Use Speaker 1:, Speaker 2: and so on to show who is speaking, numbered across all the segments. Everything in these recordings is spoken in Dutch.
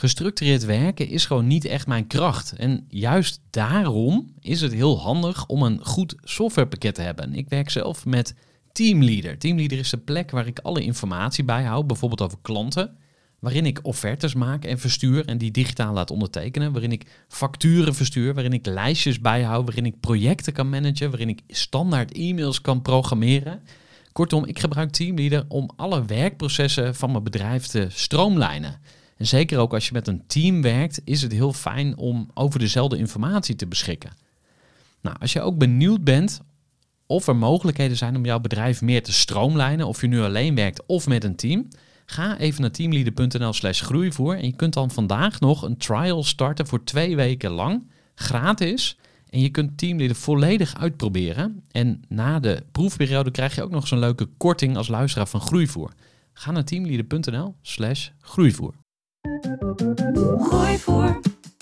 Speaker 1: Gestructureerd werken is gewoon niet echt mijn kracht. En juist daarom is het heel handig om een goed softwarepakket te hebben. Ik werk zelf met Teamleader. Teamleader is de plek waar ik alle informatie bijhoud, bijvoorbeeld over klanten, waarin ik offertes maak en verstuur en die digitaal laat ondertekenen, waarin ik facturen verstuur, waarin ik lijstjes bijhoud, waarin ik projecten kan managen, waarin ik standaard e-mails kan programmeren. Kortom, ik gebruik Teamleader om alle werkprocessen van mijn bedrijf te stroomlijnen. En zeker ook als je met een team werkt, is het heel fijn om over dezelfde informatie te beschikken. Nou, als je ook benieuwd bent of er mogelijkheden zijn om jouw bedrijf meer te stroomlijnen, of je nu alleen werkt of met een team, ga even naar teamleader.nl/groeivoer en je kunt dan vandaag nog een trial starten voor 2 weken lang, gratis. En je kunt Teamleader volledig uitproberen. En na de proefperiode krijg je ook nog eens een leuke korting als luisteraar van Groeivoer. Ga naar teamleader.nl/groeivoer.
Speaker 2: Groeivoer.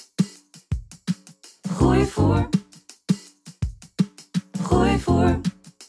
Speaker 2: Groeivoer. Groeivoer.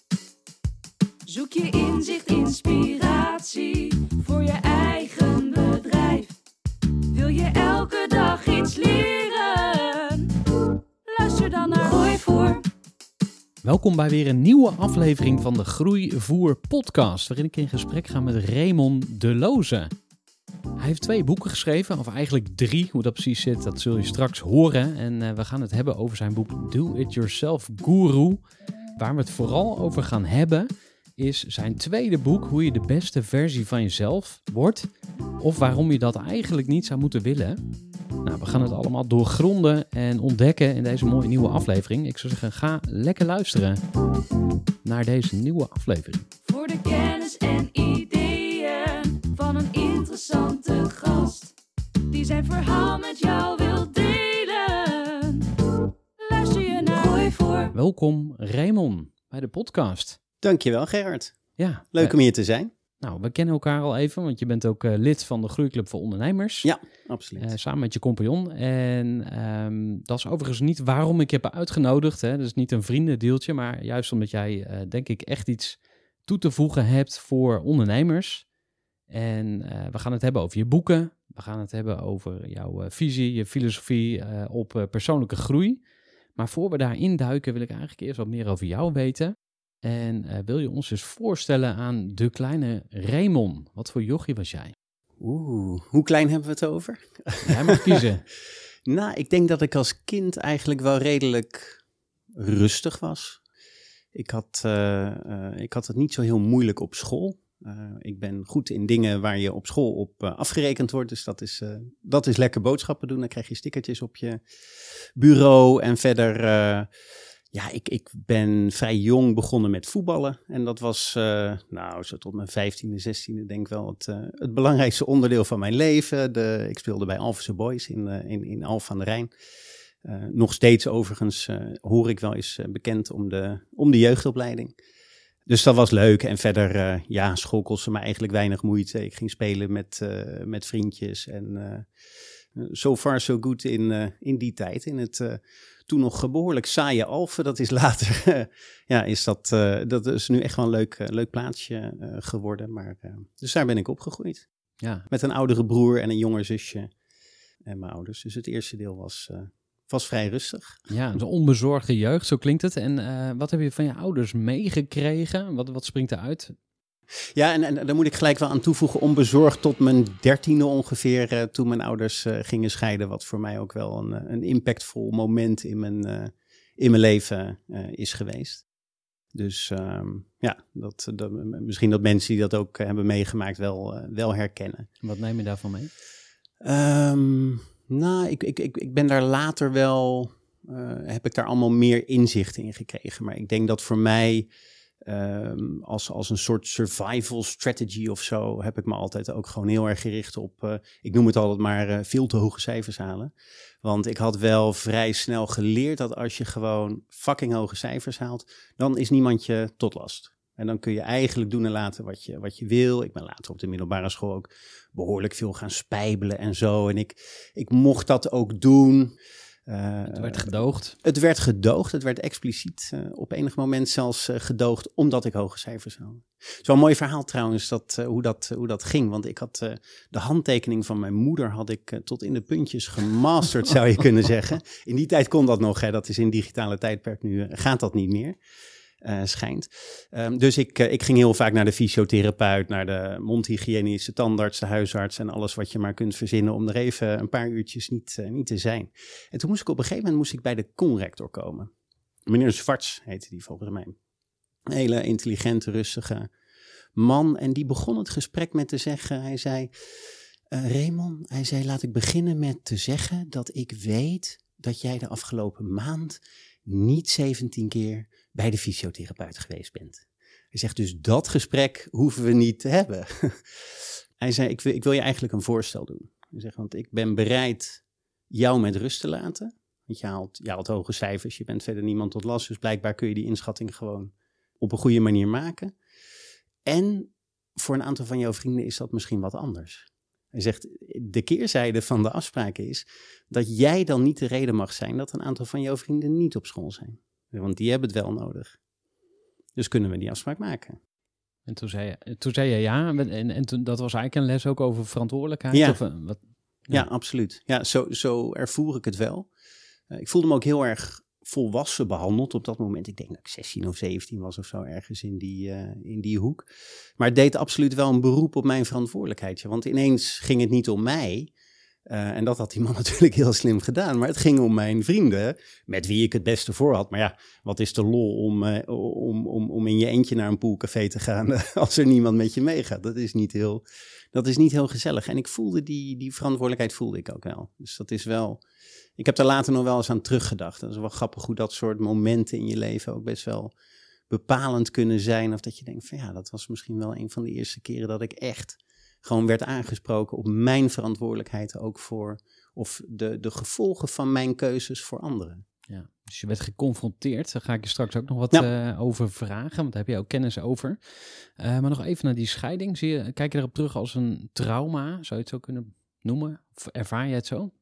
Speaker 2: Zoek je inzicht, inspiratie voor je eigen bedrijf. Wil je elke dag iets leren? Luister dan naar Groeivoer.
Speaker 1: Welkom bij weer een nieuwe aflevering van de Groeivoer podcast, waarin ik in gesprek ga met Raymond Deloze. Hij heeft 2 boeken geschreven, of eigenlijk 3. Hoe dat precies zit, dat zul je straks horen. En we gaan het hebben over zijn boek Do It Yourself Guru. Waar we het vooral over gaan hebben is zijn tweede boek, hoe je de beste versie van jezelf wordt. Of waarom je dat eigenlijk niet zou moeten willen. Nou, we gaan het allemaal doorgronden en ontdekken in deze mooie nieuwe aflevering. Ik zou zeggen, ga lekker luisteren naar deze nieuwe aflevering.
Speaker 2: Voor de kennis en ideeën van een interessante gast, die zijn verhaal met jou wil delen. Luister je naar Groeivoer.
Speaker 1: Welkom Raymond bij de podcast.
Speaker 3: Dankjewel Gerard.
Speaker 1: Ja,
Speaker 3: Leuk om hier te zijn.
Speaker 1: Nou, we kennen elkaar al even, want je bent ook lid van de Groeiclub voor Ondernemers.
Speaker 3: Ja, absoluut.
Speaker 1: Samen met je compagnon. En dat is overigens niet waarom ik je heb uitgenodigd. Hè. Dat is niet een vriendendeeltje, maar juist omdat jij, denk ik, echt iets toe te voegen hebt voor ondernemers. En we gaan het hebben over je boeken. We gaan het hebben over jouw visie, je filosofie op persoonlijke groei. Maar voor we daarin duiken, wil ik eigenlijk eerst wat meer over jou weten. En wil je ons eens voorstellen aan de kleine Raymond? Wat voor jochie was jij?
Speaker 3: Hoe klein hebben we het over?
Speaker 1: Jij mag kiezen.
Speaker 3: Nou, ik denk dat ik als kind eigenlijk wel redelijk rustig was. Ik had het niet zo heel moeilijk op school. Ik ben goed in dingen waar je op school op afgerekend wordt. Dus dat is lekker boodschappen doen. Dan krijg je stickertjes op je bureau. En verder, ik ben vrij jong begonnen met voetballen. En dat was, zo tot mijn 15e, 16e denk ik wel het belangrijkste onderdeel van mijn leven. Ik speelde bij Alphense Boys in Alphen aan de Rijn. Nog steeds overigens hoor ik wel eens bekend om de jeugdopleiding. Dus dat was leuk. En verder, school kostte me eigenlijk weinig moeite. Ik ging spelen met vriendjes. En so far so good in die tijd. In het toen nog behoorlijk saaie Alphen. Dat is later, dat is nu echt wel een leuk plaatsje geworden. Maar, dus daar ben ik opgegroeid.
Speaker 1: Ja.
Speaker 3: Met een oudere broer en een jonger zusje en mijn ouders. Dus het eerste deel was vrij rustig.
Speaker 1: Ja, een onbezorgde jeugd, zo klinkt het. En wat heb je van je ouders meegekregen? Wat springt eruit?
Speaker 3: Ja, en daar moet ik gelijk wel aan toevoegen, onbezorgd tot mijn 13e ongeveer, toen mijn ouders gingen scheiden. Wat voor mij ook wel een impactvol moment in mijn leven is geweest. Dus misschien dat mensen die dat ook hebben meegemaakt wel herkennen.
Speaker 1: Wat neem je daarvan mee?
Speaker 3: Ik ben daar later wel, heb ik daar allemaal meer inzicht in gekregen. Maar ik denk dat voor mij, als een soort survival strategy of zo, heb ik me altijd ook gewoon heel erg gericht op, ik noem het altijd maar, veel te hoge cijfers halen. Want ik had wel vrij snel geleerd dat als je gewoon fucking hoge cijfers haalt, dan is niemand je tot last. En dan kun je eigenlijk doen en laten wat je wil. Ik ben later op de middelbare school ook behoorlijk veel gaan spijbelen en zo. En ik mocht dat ook doen.
Speaker 1: Het werd gedoogd.
Speaker 3: Het werd gedoogd, het werd expliciet op enig moment zelfs gedoogd omdat ik hoge cijfers had. Het is wel een mooi verhaal trouwens, hoe dat ging. Want ik had de handtekening van mijn moeder had ik tot in de puntjes gemasterd, zou je kunnen zeggen. In die tijd kon dat nog, hè. Dat is in digitale tijdperk, nu gaat dat niet meer. Schijnt. Dus ik ging heel vaak naar de fysiotherapeut, naar de mondhygiënische tandarts, de huisarts en alles wat je maar kunt verzinnen om er even een paar uurtjes niet te zijn. En toen moest ik op een gegeven moment bij de conrector komen. Meneer Zwarts heette die volgens mij. Een hele intelligente, rustige man. En die begon het gesprek met te zeggen, hij zei, Raymond, hij zei, laat ik beginnen met te zeggen dat ik weet dat jij de afgelopen maand niet 17 keer bij de fysiotherapeut geweest bent. Hij zegt, dus dat gesprek hoeven we niet te hebben. Hij zei, ik wil je eigenlijk een voorstel doen. Hij zegt, want ik ben bereid jou met rust te laten. Want je haalt hoge cijfers, je bent verder niemand tot last. Dus blijkbaar kun je die inschatting gewoon op een goede manier maken. En voor een aantal van jouw vrienden is dat misschien wat anders. Hij zegt, de keerzijde van de afspraken is dat jij dan niet de reden mag zijn dat een aantal van jouw vrienden niet op school zijn. Want die hebben het wel nodig. Dus kunnen we die afspraak maken.
Speaker 1: En toen zei je ja. En toen, dat was eigenlijk een les ook over verantwoordelijkheid?
Speaker 3: Ja,
Speaker 1: of, wat?
Speaker 3: Ja, absoluut. Ja, zo ervoer ik het wel. Ik voelde me ook heel erg volwassen behandeld op dat moment. Ik denk dat ik 16 of 17 was of zo, ergens in die hoek. Maar het deed absoluut wel een beroep op mijn verantwoordelijkheid. Want ineens ging het niet om mij. En dat had die man natuurlijk heel slim gedaan. Maar het ging om mijn vrienden, met wie ik het beste voor had. Maar ja, wat is de lol om in je eentje naar een poolcafé te gaan als er niemand met je meegaat? Dat is niet heel gezellig. En ik voelde die verantwoordelijkheid voelde ik ook wel. Dus dat is wel... Ik heb daar later nog wel eens aan teruggedacht. Dat is wel grappig hoe dat soort momenten in je leven ook best wel bepalend kunnen zijn. Of dat je denkt van ja, dat was misschien wel een van de eerste keren dat ik echt gewoon werd aangesproken op mijn verantwoordelijkheid ook voor, of de gevolgen van mijn keuzes voor anderen.
Speaker 1: Ja, dus je werd geconfronteerd. Daar ga ik je straks ook nog wat over vragen, want daar heb je ook kennis over. Maar nog even naar die scheiding. Kijk je erop terug als een trauma? Zou je het zo kunnen noemen? Of ervaar je het zo?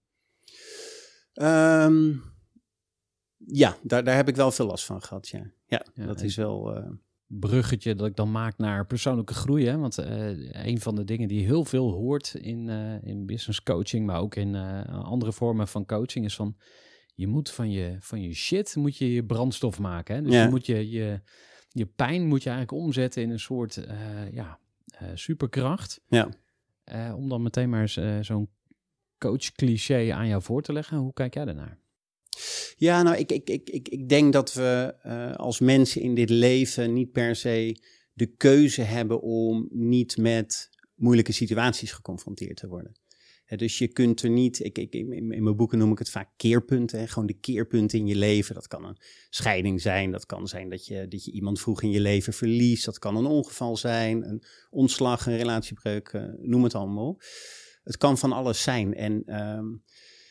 Speaker 3: Ja, daar heb ik wel veel last van gehad, ja dat is wel...
Speaker 1: bruggetje dat ik dan maak naar persoonlijke groei. Hè? Want een van de dingen die heel veel hoort in business coaching, maar ook in andere vormen van coaching, is van je moet van je shit moet je brandstof maken. Hè? Dus je moet je pijn moet je eigenlijk omzetten in een soort superkracht. Ja. Om dan meteen maar zo'n coach cliché aan jou voor te leggen. Hoe kijk jij daarnaar?
Speaker 3: Ja, nou, ik denk dat we als mensen in dit leven niet per se de keuze hebben om niet met moeilijke situaties geconfronteerd te worden. Dus je kunt er niet, in mijn boeken noem ik het vaak keerpunten, gewoon de keerpunten in je leven. Dat kan een scheiding zijn, dat kan zijn dat je iemand vroeg in je leven verliest. Dat kan een ongeval zijn, een ontslag, een relatiebreuk, noem het allemaal. Het kan van alles zijn en...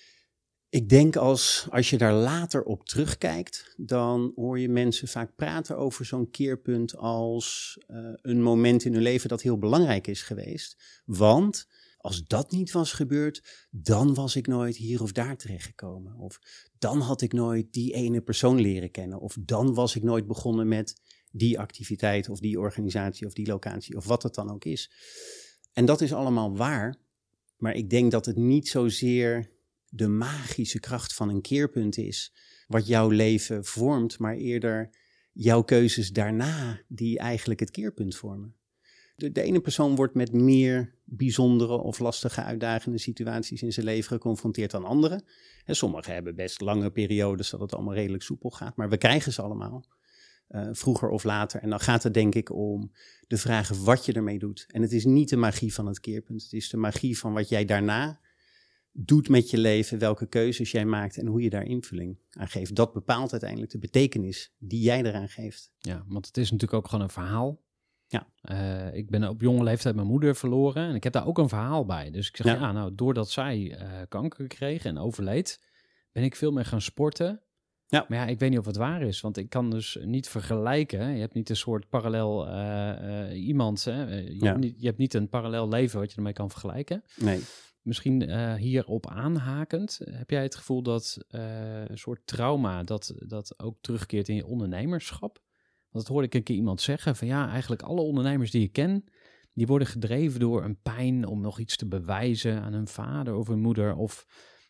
Speaker 3: Ik denk als je daar later op terugkijkt, dan hoor je mensen vaak praten over zo'n keerpunt als een moment in hun leven dat heel belangrijk is geweest. Want als dat niet was gebeurd, dan was ik nooit hier of daar terechtgekomen. Of dan had ik nooit die ene persoon leren kennen. Of dan was ik nooit begonnen met die activiteit of die organisatie of die locatie of wat het dan ook is. En dat is allemaal waar, maar ik denk dat het niet zozeer de magische kracht van een keerpunt is, wat jouw leven vormt, maar eerder jouw keuzes daarna die eigenlijk het keerpunt vormen. De ene persoon wordt met meer bijzondere of lastige uitdagende situaties in zijn leven geconfronteerd dan anderen. Sommigen hebben best lange periodes dat het allemaal redelijk soepel gaat, maar we krijgen ze allemaal, vroeger of later. En dan gaat het denk ik om de vraag wat je ermee doet. En het is niet de magie van het keerpunt, het is de magie van wat jij daarna doet met je leven, welke keuzes jij maakt en hoe je daar invulling aan geeft. Dat bepaalt uiteindelijk de betekenis die jij eraan geeft.
Speaker 1: Ja, want het is natuurlijk ook gewoon een verhaal.
Speaker 3: Ja.
Speaker 1: Ik ben op jonge leeftijd mijn moeder verloren en ik heb daar ook een verhaal bij. Dus ik zeg, doordat zij kanker kreeg en overleed, ben ik veel meer gaan sporten. Ja. Maar ja, ik weet niet of het waar is, want ik kan dus niet vergelijken. Je hebt niet een soort parallel iemand. Hè? Je hebt niet een parallel leven wat je ermee kan vergelijken.
Speaker 3: Nee.
Speaker 1: Misschien hierop aanhakend, heb jij het gevoel dat een soort trauma dat ook terugkeert in je ondernemerschap? Want dat hoorde ik een keer iemand zeggen van ja, eigenlijk alle ondernemers die ik ken, die worden gedreven door een pijn om nog iets te bewijzen aan hun vader of hun moeder. Of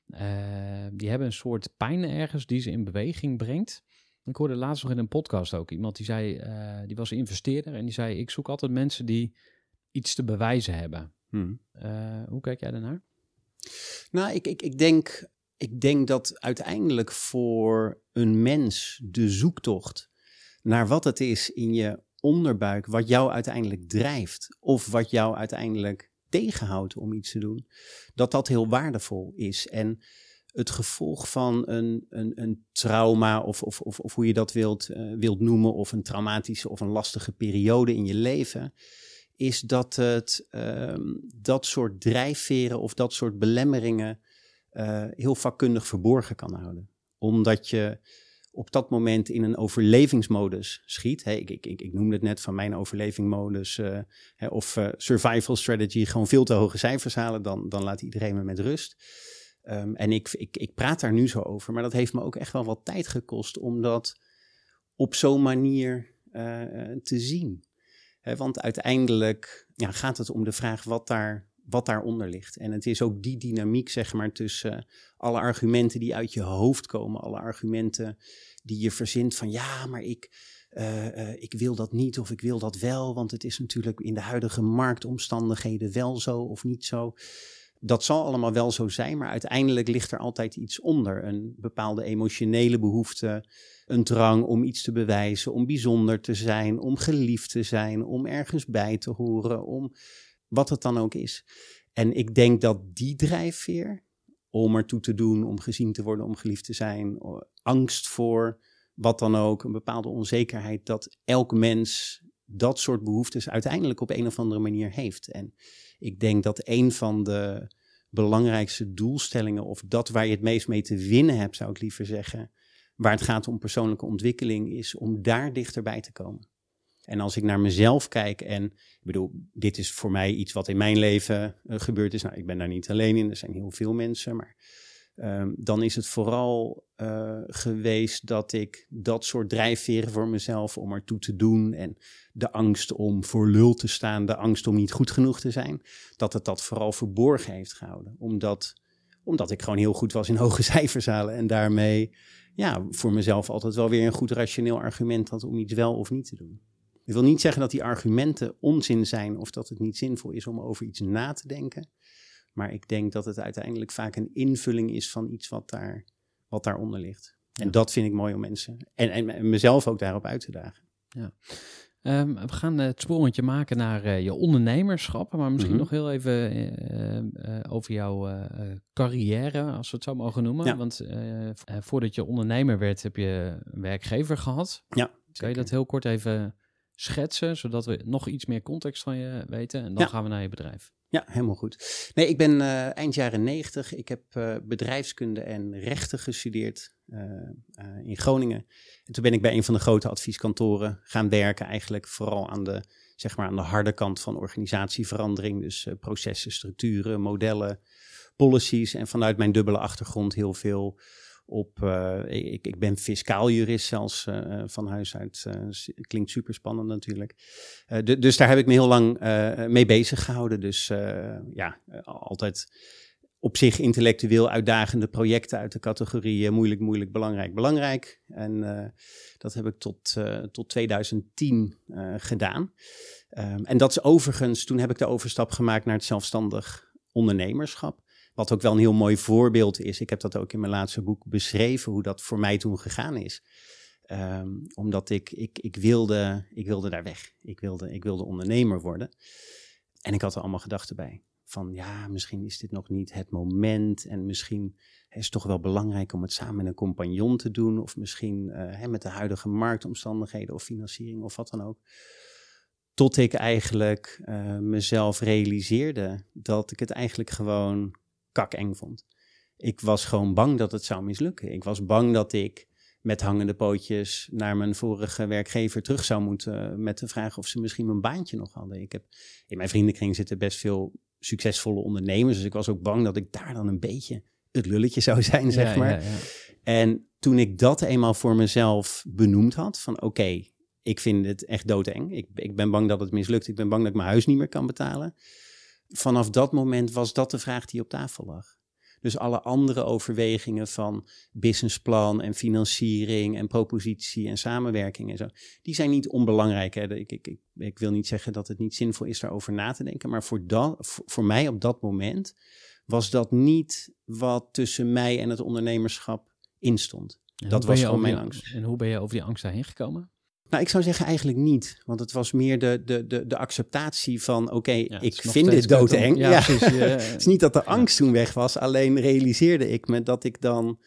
Speaker 1: die hebben een soort pijn ergens die ze in beweging brengt. Ik hoorde laatst nog in een podcast ook iemand die zei, die was investeerder en die zei, ik zoek altijd mensen die iets te bewijzen hebben. Hoe kijk jij daarnaar?
Speaker 3: Nou, ik denk dat uiteindelijk voor een mens de zoektocht naar wat het is in je onderbuik, wat jou uiteindelijk drijft of wat jou uiteindelijk tegenhoudt om iets te doen, dat heel waardevol is. En het gevolg van een trauma of hoe je dat wilt noemen, of een traumatische of een lastige periode in je leven, is dat het dat soort drijfveren of dat soort belemmeringen heel vakkundig verborgen kan houden. Omdat je op dat moment in een overlevingsmodus schiet. Ik noemde het net van mijn overlevingsmodus of survival strategy, gewoon veel te hoge cijfers halen, dan laat iedereen me met rust. En ik praat daar nu zo over, maar dat heeft me ook echt wel wat tijd gekost om dat op zo'n manier te zien. Want uiteindelijk gaat het om de vraag wat daaronder ligt. En het is ook die dynamiek, zeg maar, tussen alle argumenten die uit je hoofd komen, alle argumenten die je verzint van ja, maar ik wil dat niet of ik wil dat wel, want het is natuurlijk in de huidige marktomstandigheden wel zo of niet zo. Dat zal allemaal wel zo zijn, maar uiteindelijk ligt er altijd iets onder. Een bepaalde emotionele behoefte, een drang om iets te bewijzen, om bijzonder te zijn, om geliefd te zijn, om ergens bij te horen, om wat het dan ook is. En ik denk dat die drijfveer, om ertoe te doen, om gezien te worden, om geliefd te zijn, angst voor wat dan ook, een bepaalde onzekerheid, dat elk mens dat soort behoeftes uiteindelijk op een of andere manier heeft. En ik denk dat een van de belangrijkste doelstellingen, of dat waar je het meest mee te winnen hebt, zou ik liever zeggen, waar het gaat om persoonlijke ontwikkeling, is om daar dichterbij te komen. En als ik naar mezelf kijk, en ik bedoel, dit is voor mij iets wat in mijn leven gebeurd is. Nou, ik ben daar niet alleen in, er zijn heel veel mensen, maar dan is het vooral geweest dat ik dat soort drijfveren voor mezelf om ertoe te doen en de angst om voor lul te staan, de angst om niet goed genoeg te zijn, dat het dat vooral verborgen heeft gehouden. Omdat ik gewoon heel goed was in hoge cijfers halen en daarmee voor mezelf altijd wel weer een goed rationeel argument had om iets wel of niet te doen. Ik wil niet zeggen dat die argumenten onzin zijn of dat het niet zinvol is om over iets na te denken. Maar ik denk dat het uiteindelijk vaak een invulling is van iets wat daaronder ligt. Ja. En dat vind ik mooi om mensen en mezelf ook daarop uit te dagen.
Speaker 1: Ja. We gaan het sprongetje maken naar je ondernemerschap. Maar misschien nog heel even over jouw carrière, als we het zo mogen noemen. Ja. Want voordat je ondernemer werd, heb je een werkgever gehad.
Speaker 3: Ja.
Speaker 1: Kan je dat heel kort even schetsen, zodat we nog iets meer context van je weten? En dan gaan we naar je bedrijf.
Speaker 3: Ja, helemaal goed. Nee, ik ben eind jaren 90. Ik heb bedrijfskunde en rechten gestudeerd in Groningen. En toen ben ik bij een van de grote advieskantoren gaan werken, eigenlijk vooral aan de harde kant van organisatieverandering. Dus processen, structuren, modellen, policies. En vanuit mijn dubbele achtergrond heel veel op, ik ben fiscaal jurist zelfs van huis uit. Klinkt super spannend natuurlijk. Dus daar heb ik me heel lang mee bezig gehouden. Dus altijd op zich intellectueel uitdagende projecten uit de categorie moeilijk, belangrijk. En dat heb ik tot 2010 gedaan. En dat is overigens, toen heb ik de overstap gemaakt naar het zelfstandig ondernemerschap. Wat ook wel een heel mooi voorbeeld is. Ik heb dat ook in mijn laatste boek beschreven, hoe dat voor mij toen gegaan is. Omdat ik wilde daar weg. Ik wilde ondernemer worden. En ik had er allemaal gedachten bij. Van ja, misschien is dit nog niet het moment. En misschien is het toch wel belangrijk om het samen met een compagnon te doen. Of misschien met de huidige marktomstandigheden of financiering of wat dan ook. Tot ik eigenlijk mezelf realiseerde dat ik het eigenlijk gewoon kakeng vond. Ik was gewoon bang dat het zou mislukken. Ik was bang dat ik met hangende pootjes naar mijn vorige werkgever terug zou moeten met de vraag of ze misschien mijn baantje nog hadden. Ik heb in mijn vriendenkring zitten best veel succesvolle ondernemers. Dus ik was ook bang dat ik daar dan een beetje het lulletje zou zijn, zeg maar. Ja. En toen ik dat eenmaal voor mezelf benoemd had, van oké, ik vind het echt doodeng. Ik ben bang dat het mislukt. Ik ben bang dat ik mijn huis niet meer kan betalen. Vanaf dat moment was dat de vraag die op tafel lag. Dus alle andere overwegingen van businessplan en financiering en propositie en samenwerking en zo, die zijn niet onbelangrijk. Hè. Ik wil niet zeggen dat het niet zinvol is daarover na te denken, maar voor mij op dat moment was dat niet wat tussen mij en het ondernemerschap instond. Dat was gewoon mijn angst.
Speaker 1: En hoe ben je over die angst daarheen gekomen?
Speaker 3: Nou, ik zou zeggen eigenlijk niet. Want het was meer de acceptatie van oké, ik vind dit doodeng. Ja. Het is niet dat de angst toen weg was. Alleen realiseerde ik me dat ik dan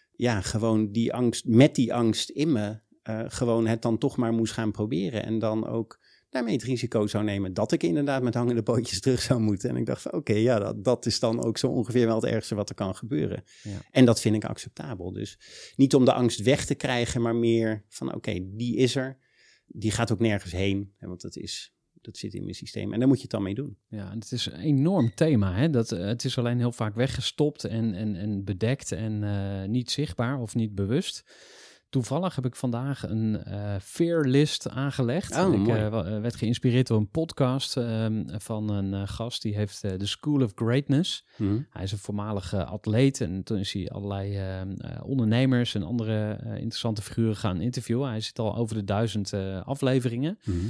Speaker 3: gewoon die angst, met die angst in me, gewoon het dan toch maar moest gaan proberen. En dan ook daarmee het risico zou nemen dat ik inderdaad met hangende pootjes terug zou moeten. En ik dacht van oké, dat is dan ook zo ongeveer wel het ergste wat er kan gebeuren. Ja. En dat vind ik acceptabel. Dus niet om de angst weg te krijgen, maar meer van oké, die is er. Die gaat ook nergens heen, want dat zit in mijn systeem. En daar moet je het dan mee doen.
Speaker 1: Ja, het is een enorm thema. Hè? Het is alleen heel vaak weggestopt en bedekt en niet zichtbaar of niet bewust. Toevallig heb ik vandaag een fear list aangelegd. Ik werd geïnspireerd door een podcast van een gast. Die heeft The School of Greatness. Mm-hmm. Hij is een voormalige atleet. En toen is hij allerlei ondernemers en andere interessante figuren gaan interviewen. Hij zit al over de 1000 afleveringen. Mm-hmm.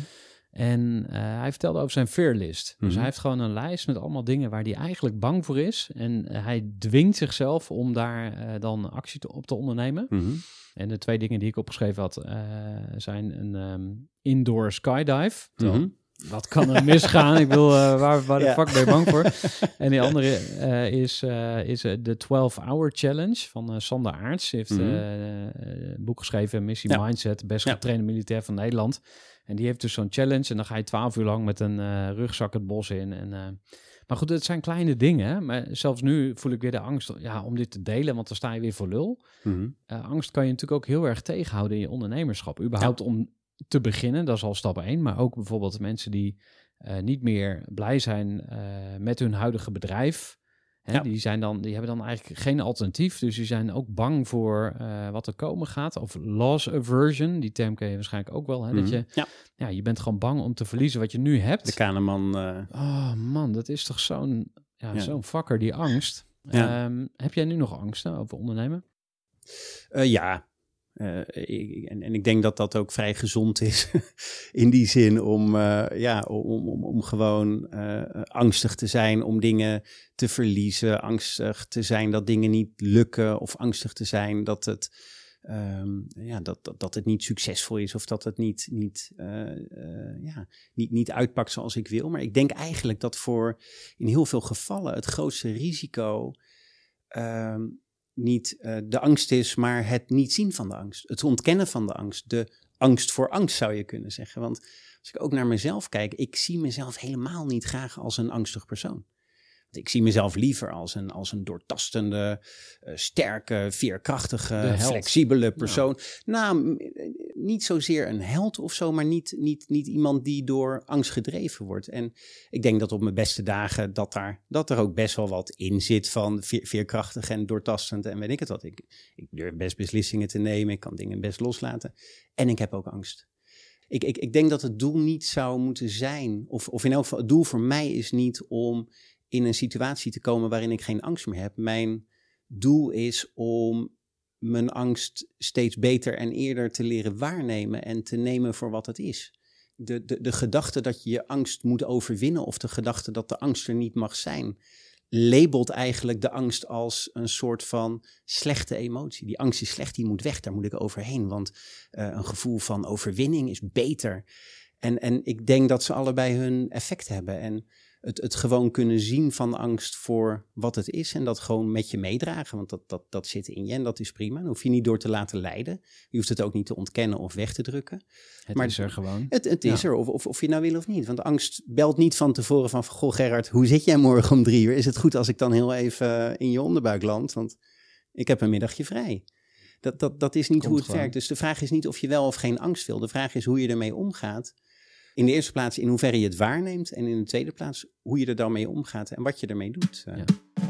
Speaker 1: En hij vertelde over zijn fear list. Mm-hmm. Dus hij heeft gewoon een lijst met allemaal dingen waar hij eigenlijk bang voor is. En hij dwingt zichzelf om daar dan actie op te ondernemen. Mm-hmm. En de 2 dingen die ik opgeschreven had zijn een indoor skydive. Mm-hmm. Wat kan er misgaan? Ik wil, waar de fuck ben je bang voor? En die andere is de 12-hour challenge van Sander Aarts. Hij heeft een boek geschreven, Missie Mindset, best getrainde militair van Nederland. En die heeft dus zo'n challenge en dan ga je 12 uur lang met een rugzak het bos in. Maar goed, het zijn kleine dingen. Maar zelfs nu voel ik weer de angst om dit te delen, want dan sta je weer voor lul. Mm-hmm. Angst kan je natuurlijk ook heel erg tegenhouden in je ondernemerschap. Überhaupt om te beginnen, dat is al stap 1. Maar ook bijvoorbeeld mensen die niet meer blij zijn met hun huidige bedrijf. Hè, die hebben dan eigenlijk geen alternatief. Dus die zijn ook bang voor wat er komen gaat. Of loss aversion, die term ken je waarschijnlijk ook wel. Hè, mm-hmm. Dat je bent gewoon bang om te verliezen wat je nu hebt.
Speaker 3: De Kahneman.
Speaker 1: Oh man, dat is toch zo'n fucker, die angst. Ja. Heb jij nu nog angst over ondernemen?
Speaker 3: Ja. Ik denk dat dat ook vrij gezond is in die zin om gewoon angstig te zijn om dingen te verliezen, angstig te zijn dat dingen niet lukken of angstig te zijn dat het niet succesvol is of dat het niet uitpakt zoals ik wil. Maar ik denk eigenlijk dat voor in heel veel gevallen het grootste risico niet de angst is, maar het niet zien van de angst. Het ontkennen van de angst. De angst voor angst zou je kunnen zeggen. Want als ik ook naar mezelf kijk, ik zie mezelf helemaal niet graag als een angstig persoon. Ik zie mezelf liever als een doortastende, sterke, veerkrachtige, flexibele persoon. Ja. Nou, niet zozeer een held of zo, maar niet iemand die door angst gedreven wordt. En ik denk dat op mijn beste dagen dat er ook best wel wat in zit van veerkrachtig en doortastend en weet ik het wat. Ik durf best beslissingen te nemen, ik kan dingen best loslaten. En ik heb ook angst. Ik denk dat het doel niet zou moeten zijn, of in elk geval het doel voor mij is niet om in een situatie te komen waarin ik geen angst meer heb. Mijn doel is om mijn angst steeds beter en eerder te leren waarnemen en te nemen voor wat het is. De gedachte dat je je angst moet overwinnen of de gedachte dat de angst er niet mag zijn, labelt eigenlijk de angst als een soort van slechte emotie. Die angst is slecht, die moet weg, daar moet ik overheen, want een gevoel van overwinning is beter. En ik denk dat ze allebei hun effect hebben en het gewoon kunnen zien van de angst voor wat het is en dat gewoon met je meedragen, want dat zit in je en dat is prima. Dan hoef je niet door te laten leiden. Je hoeft het ook niet te ontkennen of weg te drukken.
Speaker 1: Maar is er gewoon.
Speaker 3: Het is er, of je nou wil of niet. Want angst belt niet van tevoren van, goh Gerard, hoe zit jij morgen om 3 uur? Is het goed als ik dan heel even in je onderbuik land? Want ik heb een middagje vrij. Dat is niet hoe het werkt. Dus de vraag is niet of je wel of geen angst wil. De vraag is hoe je ermee omgaat. In de eerste plaats in hoeverre je het waarneemt en in de tweede plaats hoe je er dan mee omgaat en wat je ermee doet.
Speaker 1: Ja.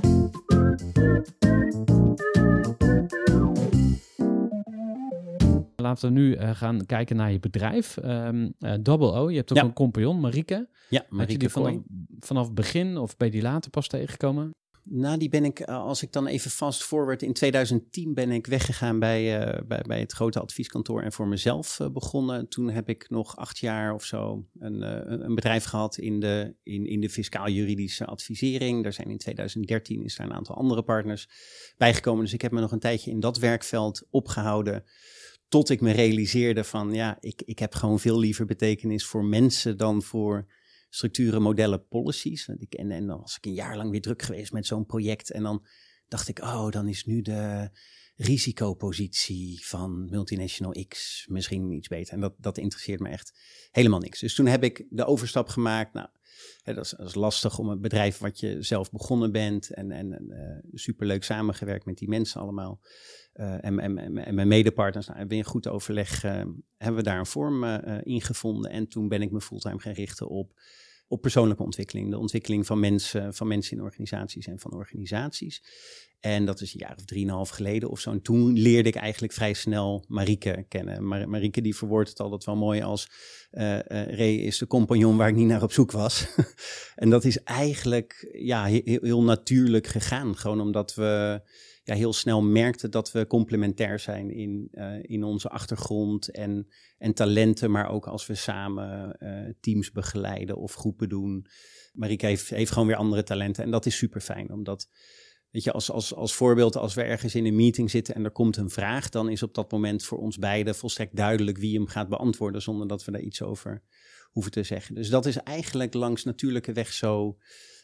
Speaker 1: Laten we nu gaan kijken naar je bedrijf. Double O, je hebt ook een compagnon, Marieke.
Speaker 3: Ja,
Speaker 1: Had je die vanaf het begin of ben je die later pas tegengekomen?
Speaker 3: Nou, die ben ik, als ik dan even fast forward, in 2010 ben ik weggegaan bij het grote advieskantoor en voor mezelf begonnen. Toen heb ik nog 8 jaar of zo een bedrijf gehad in de fiscaal-juridische advisering. Daar zijn in 2013 is daar een aantal andere partners bijgekomen. Dus ik heb me nog een tijdje in dat werkveld opgehouden. Tot ik me realiseerde van, ja, ik heb gewoon veel liever betekenis voor mensen dan voor structuren, modellen, policies. En dan was ik een jaar lang weer druk geweest met zo'n project. En dan dacht ik, dan is nu de risicopositie van multinational X misschien iets beter. En dat interesseert me echt helemaal niks. Dus toen heb ik de overstap gemaakt. Nou, dat is lastig om een bedrijf wat je zelf begonnen bent. En superleuk samengewerkt met die mensen allemaal. En mijn medepartners, hebben we in goed overleg, hebben we daar een vorm in gevonden. En toen ben ik me fulltime gaan richten op persoonlijke ontwikkeling. De ontwikkeling van mensen in organisaties en van organisaties. En dat is een jaar of 3,5 geleden of zo. En toen leerde ik eigenlijk vrij snel Marieke kennen. Marieke die verwoordt het altijd wel mooi als Ray is de compagnon waar ik niet naar op zoek was. En dat is eigenlijk heel natuurlijk gegaan. Gewoon omdat we heel snel merkten dat we complementair zijn in onze achtergrond en talenten. Maar ook als we samen teams begeleiden of groepen doen. Marieke heeft gewoon weer andere talenten en dat is super fijn. Omdat, weet je, als voorbeeld, als we ergens in een meeting zitten en er komt een vraag, dan is op dat moment voor ons beiden volstrekt duidelijk wie hem gaat beantwoorden, zonder dat we daar iets over hoeven te zeggen. Dus dat is eigenlijk langs natuurlijke weg zo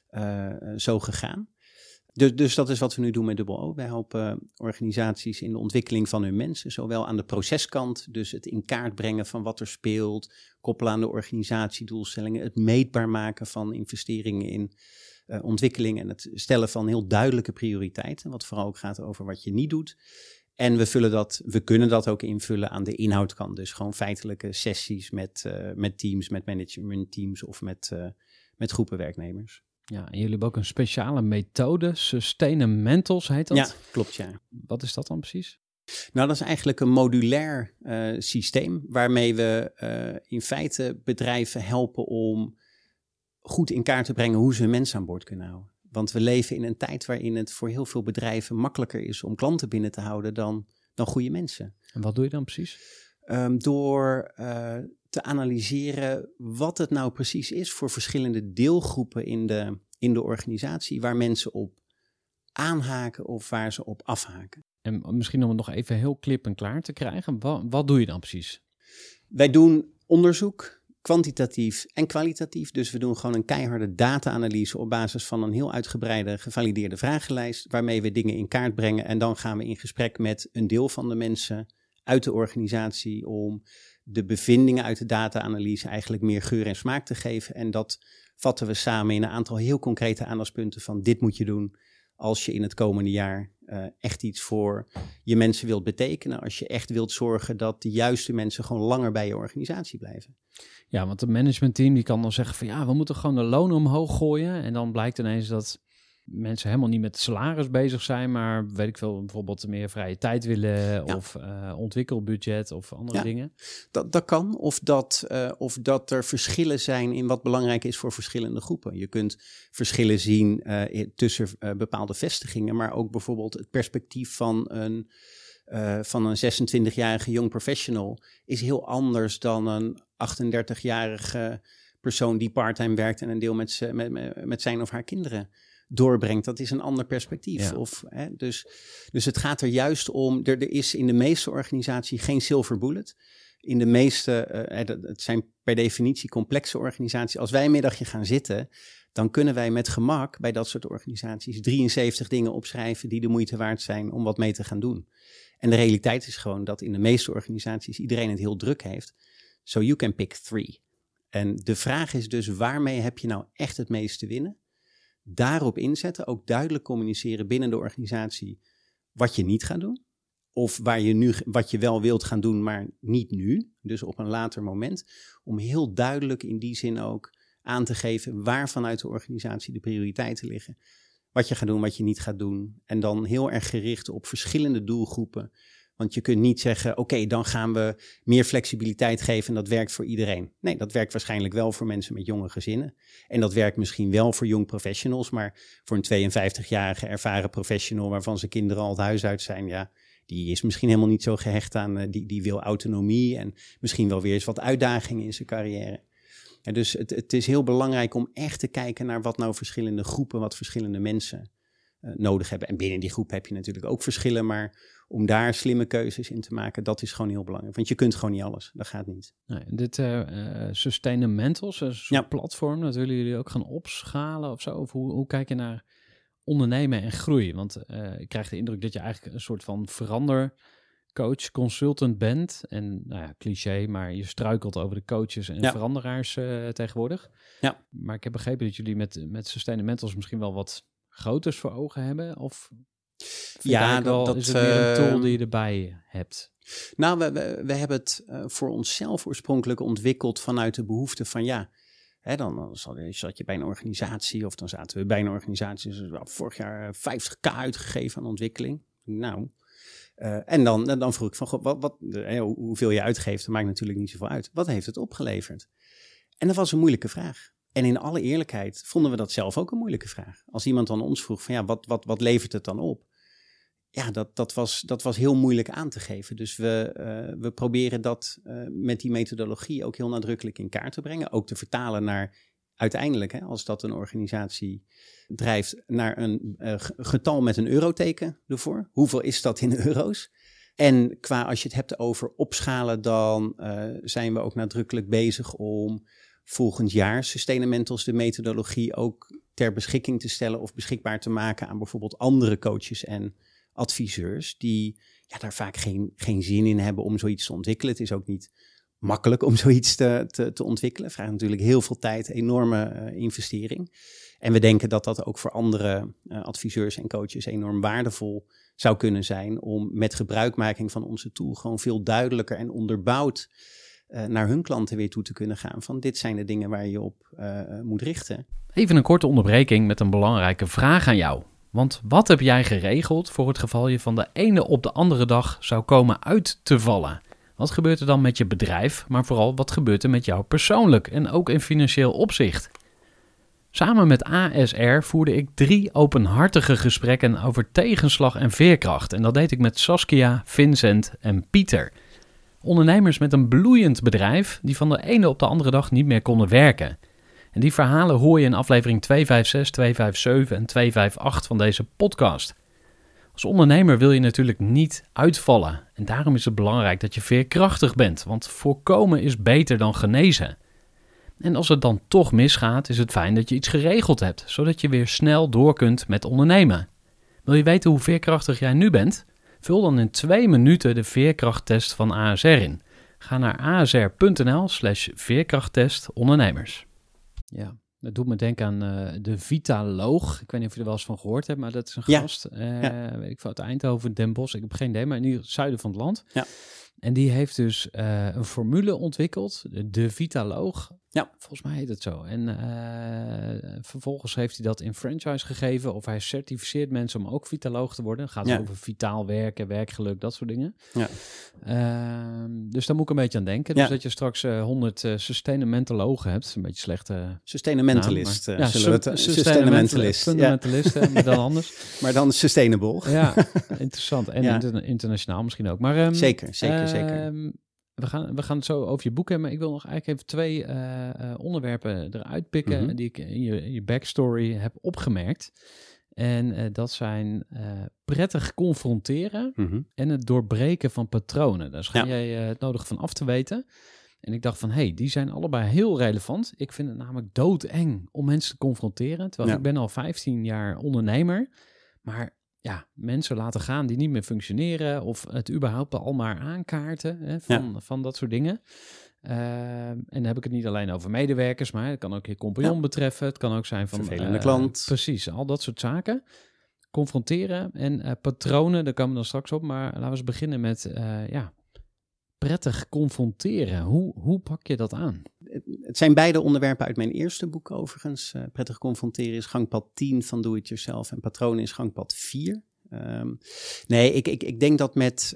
Speaker 3: gegaan. Dus dat is wat we nu doen met Double O. Wij helpen organisaties in de ontwikkeling van hun mensen, zowel aan de proceskant, dus het in kaart brengen van wat er speelt, koppelen aan de organisatiedoelstellingen, het meetbaar maken van investeringen in ontwikkeling en het stellen van heel duidelijke prioriteiten, wat vooral ook gaat over wat je niet doet. En we kunnen dat ook invullen aan de inhoudkant, dus gewoon feitelijke sessies met teams, met managementteams of met groepen werknemers.
Speaker 1: Ja, en jullie hebben ook een speciale methode, Sustainamentals heet dat?
Speaker 3: Ja, klopt, ja.
Speaker 1: Wat is dat dan precies?
Speaker 3: Nou, dat is eigenlijk een modulair systeem waarmee we in feite bedrijven helpen om goed in kaart te brengen hoe ze hun mensen aan boord kunnen houden. Want we leven in een tijd waarin het voor heel veel bedrijven makkelijker is om klanten binnen te houden dan goede mensen.
Speaker 1: En wat doe je dan precies?
Speaker 3: Door te analyseren wat het nou precies is voor verschillende deelgroepen in de organisatie waar mensen op aanhaken of waar ze op afhaken.
Speaker 1: En misschien om het nog even heel klip en klaar te krijgen, wat doe je dan precies?
Speaker 3: Wij doen onderzoek, kwantitatief en kwalitatief. Dus we doen gewoon een keiharde data-analyse op basis van een heel uitgebreide gevalideerde vragenlijst, waarmee we dingen in kaart brengen. En dan gaan we in gesprek met een deel van de mensen uit de organisatie om de bevindingen uit de data-analyse eigenlijk meer geur en smaak te geven. En dat vatten we samen in een aantal heel concrete aandachtspunten van dit moet je doen als je in het komende jaar echt iets voor je mensen wilt betekenen. Als je echt wilt zorgen dat de juiste mensen gewoon langer bij je organisatie blijven.
Speaker 1: Ja, want het managementteam die kan dan zeggen van ja, we moeten gewoon de lonen omhoog gooien. En dan blijkt ineens dat mensen helemaal niet met salaris bezig zijn, maar weet ik veel, bijvoorbeeld meer vrije tijd willen of ontwikkelbudget of andere dingen.
Speaker 3: Dat kan, of dat er verschillen zijn in wat belangrijk is voor verschillende groepen. Je kunt verschillen zien tussen bepaalde vestigingen, maar ook bijvoorbeeld het perspectief van een 26-jarige young professional is heel anders dan een 38-jarige persoon die parttime werkt en een deel met zijn of haar kinderen doorbrengt. Dat is een ander perspectief. Ja. Dus het gaat er juist om, er is in de meeste organisaties geen silver bullet. In de meeste, het zijn per definitie complexe organisaties. Als wij een middagje gaan zitten, dan kunnen wij met gemak bij dat soort organisaties 73 dingen opschrijven die de moeite waard zijn om wat mee te gaan doen. En de realiteit is gewoon dat in de meeste organisaties iedereen het heel druk heeft. So you can pick 3. En de vraag is dus, waarmee heb je nou echt het meeste te winnen? Daarop inzetten, ook duidelijk communiceren binnen de organisatie wat je niet gaat doen. Of wat je wel wilt gaan doen, maar niet nu. Dus op een later moment. Om heel duidelijk in die zin ook aan te geven waar vanuit de organisatie de prioriteiten liggen. Wat je gaat doen, wat je niet gaat doen. En dan heel erg gericht op verschillende doelgroepen. Want je kunt niet zeggen, oké, dan gaan we meer flexibiliteit geven en dat werkt voor iedereen. Nee, dat werkt waarschijnlijk wel voor mensen met jonge gezinnen. En dat werkt misschien wel voor young professionals, maar voor een 52-jarige ervaren professional waarvan zijn kinderen al het huis uit zijn, ja, die is misschien helemaal niet zo gehecht aan, die wil autonomie en misschien wel weer eens wat uitdagingen in zijn carrière. Ja, dus het is heel belangrijk om echt te kijken naar wat nou verschillende groepen, wat verschillende mensen nodig hebben. En binnen die groep heb je natuurlijk ook verschillen, maar om daar slimme keuzes in te maken, dat is gewoon heel belangrijk. Want je kunt gewoon niet alles, dat gaat niet.
Speaker 1: Nee, dit Sustainamentals, een soort platform, dat willen jullie ook gaan opschalen of zo? Of hoe kijk je naar ondernemen en groei? Want ik krijg de indruk dat je eigenlijk een soort van verandercoach, consultant bent. En nou ja, cliché, maar je struikelt over de coaches en veranderaars tegenwoordig. Ja. Maar ik heb begrepen dat jullie met Sustainamentals misschien wel wat groters voor ogen hebben? Of
Speaker 3: ja, dat
Speaker 1: is het meer een tool die je erbij hebt?
Speaker 3: Nou, we hebben het voor onszelf oorspronkelijk ontwikkeld vanuit de behoefte van dan zat je bij een organisatie of dan zaten we bij een organisatie. Dus we hebben vorig jaar 50.000 uitgegeven aan ontwikkeling. Nou, en dan vroeg ik van, God, hoeveel je uitgeeft, dat maakt natuurlijk niet zoveel uit. Wat heeft het opgeleverd? En dat was een moeilijke vraag. En in alle eerlijkheid vonden we dat zelf ook een moeilijke vraag. Als iemand dan ons vroeg van wat levert het dan op? Ja, dat was heel moeilijk aan te geven. Dus we proberen dat met die methodologie ook heel nadrukkelijk in kaart te brengen. Ook te vertalen naar uiteindelijk, als dat een organisatie drijft, naar een getal met een euroteken ervoor. Hoeveel is dat in euro's? En als je het hebt over opschalen, dan zijn we ook nadrukkelijk bezig om volgend jaar Sustainamentals, de methodologie, ook ter beschikking te stellen of beschikbaar te maken aan bijvoorbeeld andere coaches en adviseurs die daar vaak geen zin in hebben om zoiets te ontwikkelen. Het is ook niet makkelijk om zoiets te ontwikkelen. Het vraagt natuurlijk heel veel tijd, enorme investering. En we denken dat dat ook voor andere adviseurs en coaches enorm waardevol zou kunnen zijn om met gebruikmaking van onze tool gewoon veel duidelijker en onderbouwd naar hun klanten weer toe te kunnen gaan van dit zijn de dingen waar je op moet richten.
Speaker 1: Even een korte onderbreking met een belangrijke vraag aan jou. Want wat heb jij geregeld voor het geval je van de ene op de andere dag zou komen uit te vallen? Wat gebeurt er dan met je bedrijf, maar vooral wat gebeurt er met jou persoonlijk en ook in financieel opzicht? Samen met ASR voerde ik 3 openhartige gesprekken over tegenslag en veerkracht. En dat deed ik met Saskia, Vincent en Pieter. Ondernemers met een bloeiend bedrijf die van de ene op de andere dag niet meer konden werken. En die verhalen hoor je in aflevering 256, 257 en 258 van deze podcast. Als ondernemer wil je natuurlijk niet uitvallen. En daarom is het belangrijk dat je veerkrachtig bent, want voorkomen is beter dan genezen. En als het dan toch misgaat, is het fijn dat je iets geregeld hebt, zodat je weer snel door kunt met ondernemen. Wil je weten hoe veerkrachtig jij nu bent? Vul dan in 2 minuten de veerkrachttest van ASR in. Ga naar asr.nl/veerkrachttestondernemers. Ja, dat doet me denken aan de Vitaloog. Ik weet niet of je er wel eens van gehoord hebt, maar dat is een gast. Weet ik veel, uit Eindhoven, Den Bosch. Ik heb geen idee, maar in het zuiden van het land. Ja. En die heeft dus een formule ontwikkeld, de Vitaloog. Ja, volgens mij heet het zo. En vervolgens heeft hij dat in franchise gegeven. Of hij certificeert mensen om ook Vitaloog te worden. Het gaat over vitaal werken, werkgeluk, dat soort dingen. Ja. Dus daar moet ik een beetje aan denken. Dus dat je straks 100 sustainamentologen hebt. Een beetje slechte
Speaker 3: Sustainamentalist.
Speaker 1: Sustainamentalist. Fundamentalisten, maar dan anders.
Speaker 3: Maar dan sustainable.
Speaker 1: Ja, interessant. En internationaal misschien ook. Maar,
Speaker 3: zeker.
Speaker 1: We gaan het zo over je boek hebben, maar ik wil nog eigenlijk even 2 onderwerpen eruit pikken die ik in je backstory heb opgemerkt. En dat zijn prettig confronteren en het doorbreken van patronen. Daar schijn jij het nodig van af te weten. En ik dacht van, die zijn allebei heel relevant. Ik vind het namelijk doodeng om mensen te confronteren. Terwijl ik ben al 15 jaar ondernemer, maar mensen laten gaan die niet meer functioneren of het überhaupt al maar aankaarten van dat soort dingen. En dan heb ik het niet alleen over medewerkers, maar het kan ook je compagnon betreffen. Het kan ook zijn van...
Speaker 3: vervelende klant.
Speaker 1: Precies, al dat soort zaken. confronteren en patronen, daar komen we dan straks op. Maar laten we eens beginnen met prettig confronteren. Hoe pak je dat aan?
Speaker 3: Het zijn beide onderwerpen uit mijn eerste boek overigens. Prettig confronteren is gangpad 10 van Do It Yourself en patronen is gangpad 4. Ik denk dat met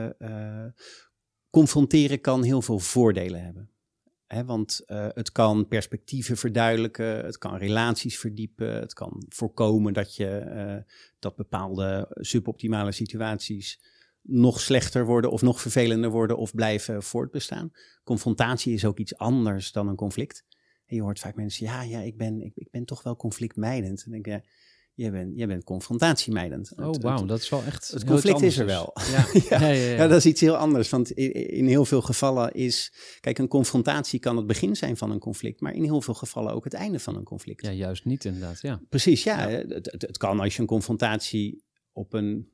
Speaker 3: confronteren kan heel veel voordelen hebben. Want het kan perspectieven verduidelijken, het kan relaties verdiepen, het kan voorkomen dat bepaalde suboptimale situaties nog slechter worden of nog vervelender worden of blijven voortbestaan. Confrontatie is ook iets anders dan een conflict. En je hoort vaak mensen, ik ben toch wel conflictmijdend. En dan denk ik, jij bent confrontatiemijdend.
Speaker 1: Dat is wel echt.
Speaker 3: Het conflict is er wel. Ja, dat is iets heel anders. Want in heel veel gevallen kijk, een confrontatie kan het begin zijn van een conflict, maar in heel veel gevallen ook het einde van een conflict.
Speaker 1: Ja, juist niet inderdaad. Ja.
Speaker 3: Precies, ja. Het kan als je een confrontatie op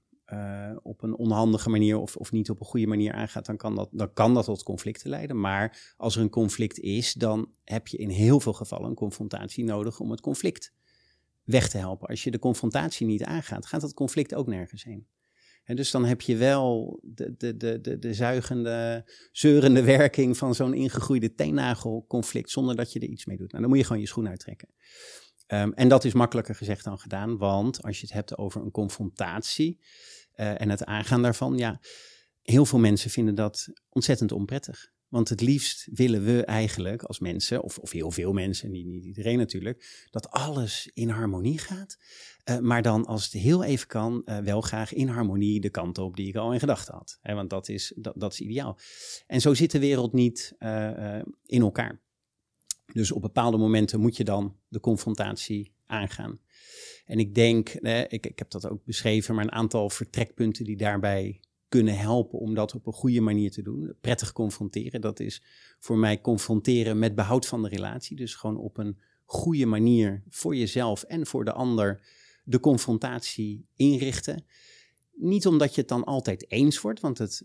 Speaker 3: een onhandige manier of niet op een goede manier aangaat, dan kan dat tot conflicten leiden. Maar als er een conflict is, dan heb je in heel veel gevallen een confrontatie nodig om het conflict weg te helpen. Als je de confrontatie niet aangaat, gaat dat conflict ook nergens heen. En dus dan heb je wel de zuigende, zeurende werking van zo'n ingegroeide teennagelconflict zonder dat je er iets mee doet. Nou, dan moet je gewoon je schoen uittrekken. En dat is makkelijker gezegd dan gedaan, want als je het hebt over een confrontatie en het aangaan daarvan, heel veel mensen vinden dat ontzettend onprettig. Want het liefst willen we eigenlijk als mensen, of heel veel mensen, niet iedereen natuurlijk, dat alles in harmonie gaat. Maar dan als het heel even kan, wel graag in harmonie de kant op die ik al in gedachten had. Want dat is ideaal. En zo zit de wereld niet in elkaar. Dus op bepaalde momenten moet je dan de confrontatie aangaan. En ik denk, ik heb dat ook beschreven, maar een aantal vertrekpunten die daarbij kunnen helpen om dat op een goede manier te doen. Prettig confronteren, dat is voor mij confronteren met behoud van de relatie. Dus gewoon op een goede manier voor jezelf en voor de ander de confrontatie inrichten. Niet omdat je het dan altijd eens wordt, want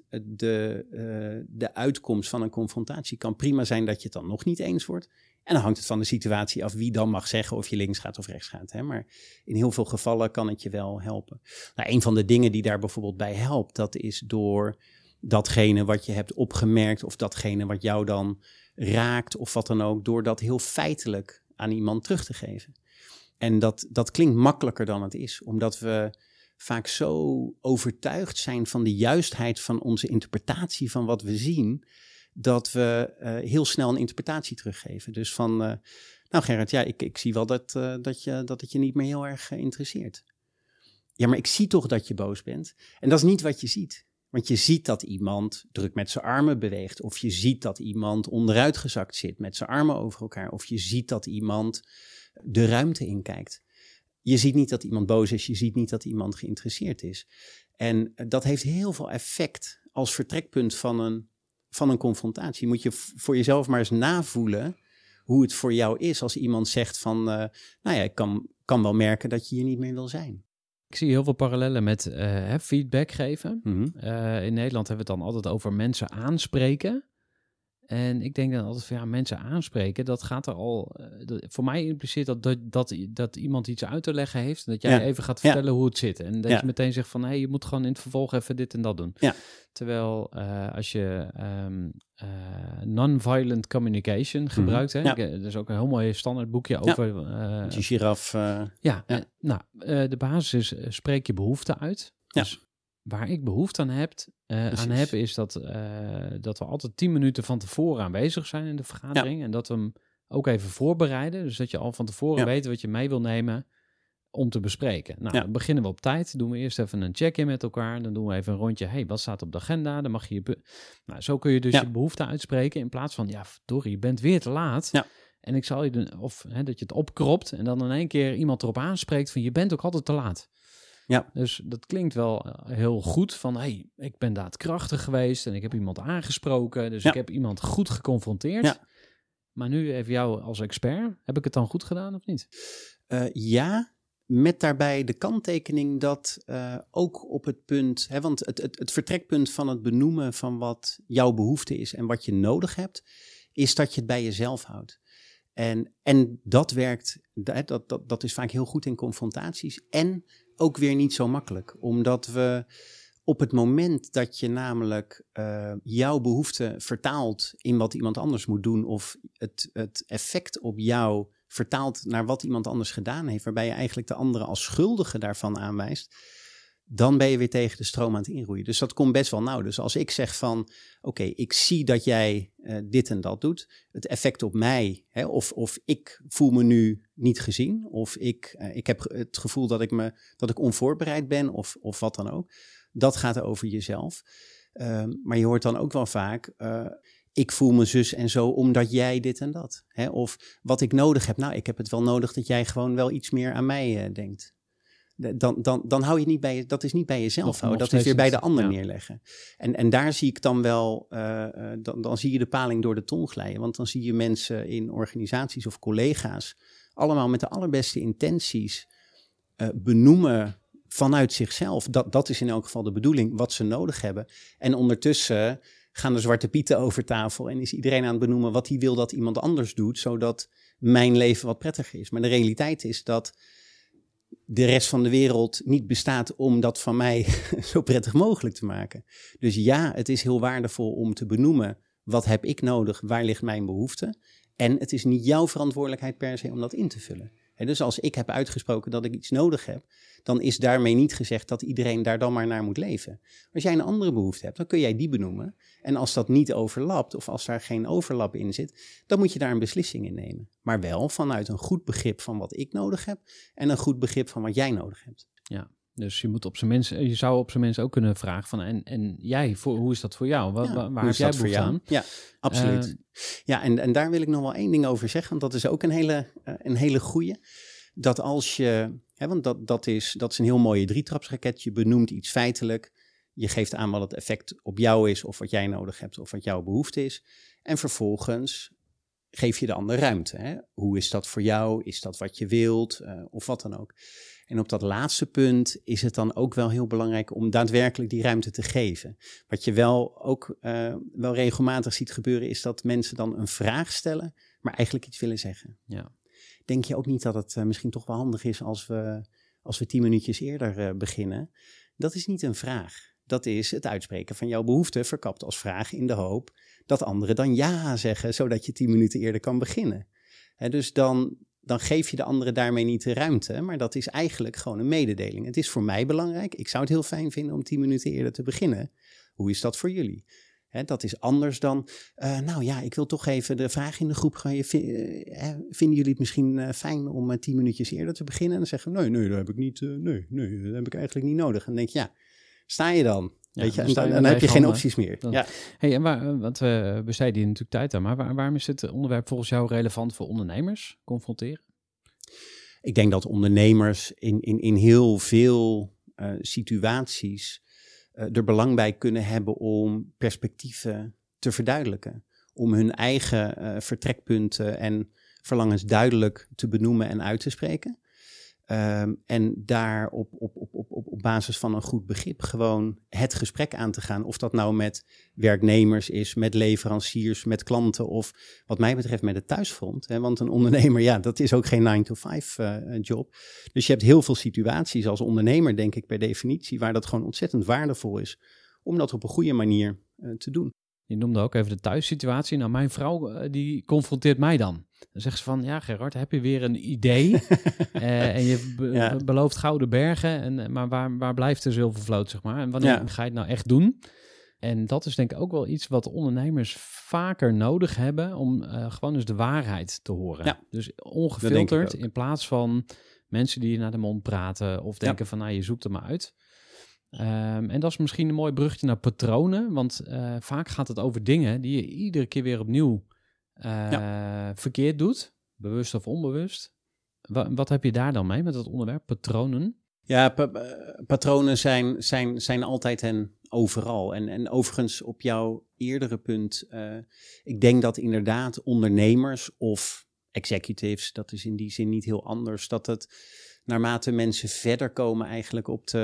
Speaker 3: de uitkomst van een confrontatie kan prima zijn dat je het dan nog niet eens wordt. En dan hangt het van de situatie af wie dan mag zeggen of je links gaat of rechts gaat. Hè? Maar in heel veel gevallen kan het je wel helpen. Nou, een van de dingen die daar bijvoorbeeld bij helpt, dat is door datgene wat je hebt opgemerkt of datgene wat jou dan raakt of wat dan ook, door dat heel feitelijk aan iemand terug te geven. En dat klinkt makkelijker dan het is, omdat we vaak zo overtuigd zijn van de juistheid van onze interpretatie van wat we zien, dat we heel snel een interpretatie teruggeven. Dus van, nou Gerrit, ik zie wel dat het je niet meer heel erg interesseert. Ja, maar ik zie toch dat je boos bent. En dat is niet wat je ziet. Want je ziet dat iemand druk met zijn armen beweegt. Of je ziet dat iemand onderuitgezakt zit met zijn armen over elkaar. Of je ziet dat iemand de ruimte inkijkt. Je ziet niet dat iemand boos is. Je ziet niet dat iemand geïnteresseerd is. En dat heeft heel veel effect als vertrekpunt van een confrontatie. Moet je voor jezelf maar eens navoelen hoe het voor jou is als iemand zegt van, ik kan wel merken dat je hier niet meer wil zijn.
Speaker 1: Ik zie heel veel parallellen met feedback geven.
Speaker 3: Mm-hmm.
Speaker 1: In Nederland hebben we het dan altijd over mensen aanspreken. En ik denk dan altijd van mensen aanspreken, dat gaat er al. Voor mij impliceert dat iemand iets uit te leggen heeft. En dat jij even gaat vertellen hoe het zit. En dat je meteen zegt van je moet gewoon in het vervolg even dit en dat doen. Ja. Terwijl als je non-violent communication gebruikt. Hè, er is ook een heel mooi standaard boekje over.
Speaker 3: Die giraf.
Speaker 1: De basis is spreek je behoefte uit. Dus waar ik behoefte aan heb is dat we altijd 10 minuten van tevoren aanwezig zijn in de vergadering. Ja. En dat we hem ook even voorbereiden. Dus dat je al van tevoren weet wat je mee wil nemen om te bespreken. Nou, dan beginnen we op tijd. Doen we eerst even een check-in met elkaar. Dan doen we even een rondje. Wat staat op de agenda? Dan mag je zo kun je dus je behoefte uitspreken in plaats van, je bent weer te laat. Ja. En ik zal je dat je het opkropt en dan in één keer iemand erop aanspreekt van je bent ook altijd te laat. Ja. Dus dat klinkt wel heel goed van, ik ben daadkrachtig geweest en ik heb iemand aangesproken. Dus ik heb iemand goed geconfronteerd. Ja. Maar nu even jou als expert, heb ik het dan goed gedaan of niet?
Speaker 3: Met daarbij de kanttekening dat ook op het punt, want het vertrekpunt van het benoemen van wat jouw behoefte is en wat je nodig hebt, is dat je het bij jezelf houdt. En dat werkt, dat is vaak heel goed in confrontaties en ook weer niet zo makkelijk. Omdat we op het moment dat je namelijk jouw behoefte vertaalt in wat iemand anders moet doen, of het effect op jou vertaalt naar wat iemand anders gedaan heeft, waarbij je eigenlijk de andere als schuldige daarvan aanwijst, dan ben je weer tegen de stroom aan het inroeien. Dus dat komt best wel nauw. Dus als ik zeg van, oké, ik zie dat jij dit en dat doet, het effect op mij, hè, of ik voel me nu niet gezien, of ik heb het gevoel dat ik onvoorbereid ben, of wat dan ook. Dat gaat over jezelf. Maar je hoort dan ook wel vaak, ik voel me zus en zo omdat jij dit en dat. Hè? Of wat ik nodig heb, nou, ik heb het wel nodig dat jij gewoon wel iets meer aan mij denkt. Dan hou je het niet bij je, dat is niet bij jezelf houden, dat is weer bij de ander neerleggen. En daar zie ik dan wel, dan zie je de paling door de ton glijden. Want dan zie je mensen in organisaties of collega's allemaal met de allerbeste intenties benoemen vanuit zichzelf. Dat is in elk geval de bedoeling, wat ze nodig hebben. En ondertussen gaan de zwarte pieten over tafel en is iedereen aan het benoemen wat hij wil dat iemand anders doet, zodat mijn leven wat prettiger is. Maar de realiteit is dat de rest van de wereld niet bestaat om dat van mij zo prettig mogelijk te maken. Dus ja, het is heel waardevol om te benoemen, wat heb ik nodig, waar ligt mijn behoefte? En het is niet jouw verantwoordelijkheid per se om dat in te vullen. Dus als ik heb uitgesproken dat ik iets nodig heb, dan is daarmee niet gezegd dat iedereen daar dan maar naar moet leven. Als jij een andere behoefte hebt, dan kun jij die benoemen. En als dat niet overlapt, of als daar geen overlap in zit, dan moet je daar een beslissing in nemen. Maar wel vanuit een goed begrip van wat ik nodig heb en een goed begrip van wat jij nodig hebt.
Speaker 1: Ja, dus je zou op zijn minst ook kunnen vragen van, en jij, hoe is dat voor jou? Waar heb jij behoefte aan?
Speaker 3: Ja, absoluut. En daar wil ik nog wel één ding over zeggen, want dat is ook een hele goeie. Dat als je, want dat is een heel mooie drietrapsraket, je benoemt iets feitelijk, je geeft aan wat het effect op jou is, of wat jij nodig hebt, of wat jouw behoefte is. En vervolgens geef je de ander ruimte. Hè? Hoe is dat voor jou? Is dat wat je wilt? Of wat dan ook. En op dat laatste punt is het dan ook wel heel belangrijk om daadwerkelijk die ruimte te geven. Wat je wel regelmatig ziet gebeuren, is dat mensen dan een vraag stellen, maar eigenlijk iets willen zeggen.
Speaker 1: Ja.
Speaker 3: Denk je ook niet dat het misschien toch wel handig is als we 10 minuutjes eerder beginnen? Dat is niet een vraag. Dat is het uitspreken van jouw behoefte verkapt als vraag in de hoop dat anderen dan ja zeggen, zodat je 10 minuten eerder kan beginnen. Dus dan geef je de anderen daarmee niet de ruimte, maar dat is eigenlijk gewoon een mededeling. Het is voor mij belangrijk. Ik zou het heel fijn vinden om 10 minuten eerder te beginnen. Hoe is dat voor jullie? Dat is anders dan, ik wil toch even de vraag in de groep gooien. Vinden jullie het misschien fijn om 10 minuutjes eerder te beginnen? En dan zeggen we, nee, dat heb ik niet, nee, dat heb ik eigenlijk niet nodig. En dan denk je, sta je dan?
Speaker 1: Ja,
Speaker 3: weet je? En dan heb je geen opties meer. Ja.
Speaker 1: Hey, want we besteden hier natuurlijk tijd aan, maar waarom is dit onderwerp volgens jou relevant voor ondernemers? Confronteren?
Speaker 3: Ik denk dat ondernemers in heel veel situaties er belang bij kunnen hebben om perspectieven te verduidelijken. Om hun eigen vertrekpunten en verlangens duidelijk te benoemen en uit te spreken. En daar op basis van een goed begrip gewoon het gesprek aan te gaan. Of dat nou met werknemers is, met leveranciers, met klanten of wat mij betreft met het thuisfront. Want een ondernemer, dat is ook geen 9-to-5 job. Dus je hebt heel veel situaties als ondernemer, denk ik per definitie, waar dat gewoon ontzettend waardevol is om dat op een goede manier te doen.
Speaker 1: Je noemde ook even de thuissituatie. Nou, mijn vrouw die confronteert mij dan. Dan zegt ze van, ja Gerard, heb je weer een idee? En je belooft gouden bergen, maar waar blijft de zilvervloot, zeg maar? En wanneer ga je het nou echt doen? En dat is denk ik ook wel iets wat ondernemers vaker nodig hebben om gewoon eens de waarheid te horen. Ja, dus ongefilterd in plaats van mensen die naar de mond praten of denken van, je zoekt er maar uit. En dat is misschien een mooi bruggetje naar patronen, want vaak gaat het over dingen die je iedere keer weer opnieuw verkeerd doet, bewust of onbewust. Wat heb je daar dan mee met dat onderwerp, patronen?
Speaker 3: Ja, patronen zijn altijd en overal. En overigens op jouw eerdere punt, ik denk dat inderdaad ondernemers of executives, dat is in die zin niet heel anders, dat het naarmate mensen verder komen eigenlijk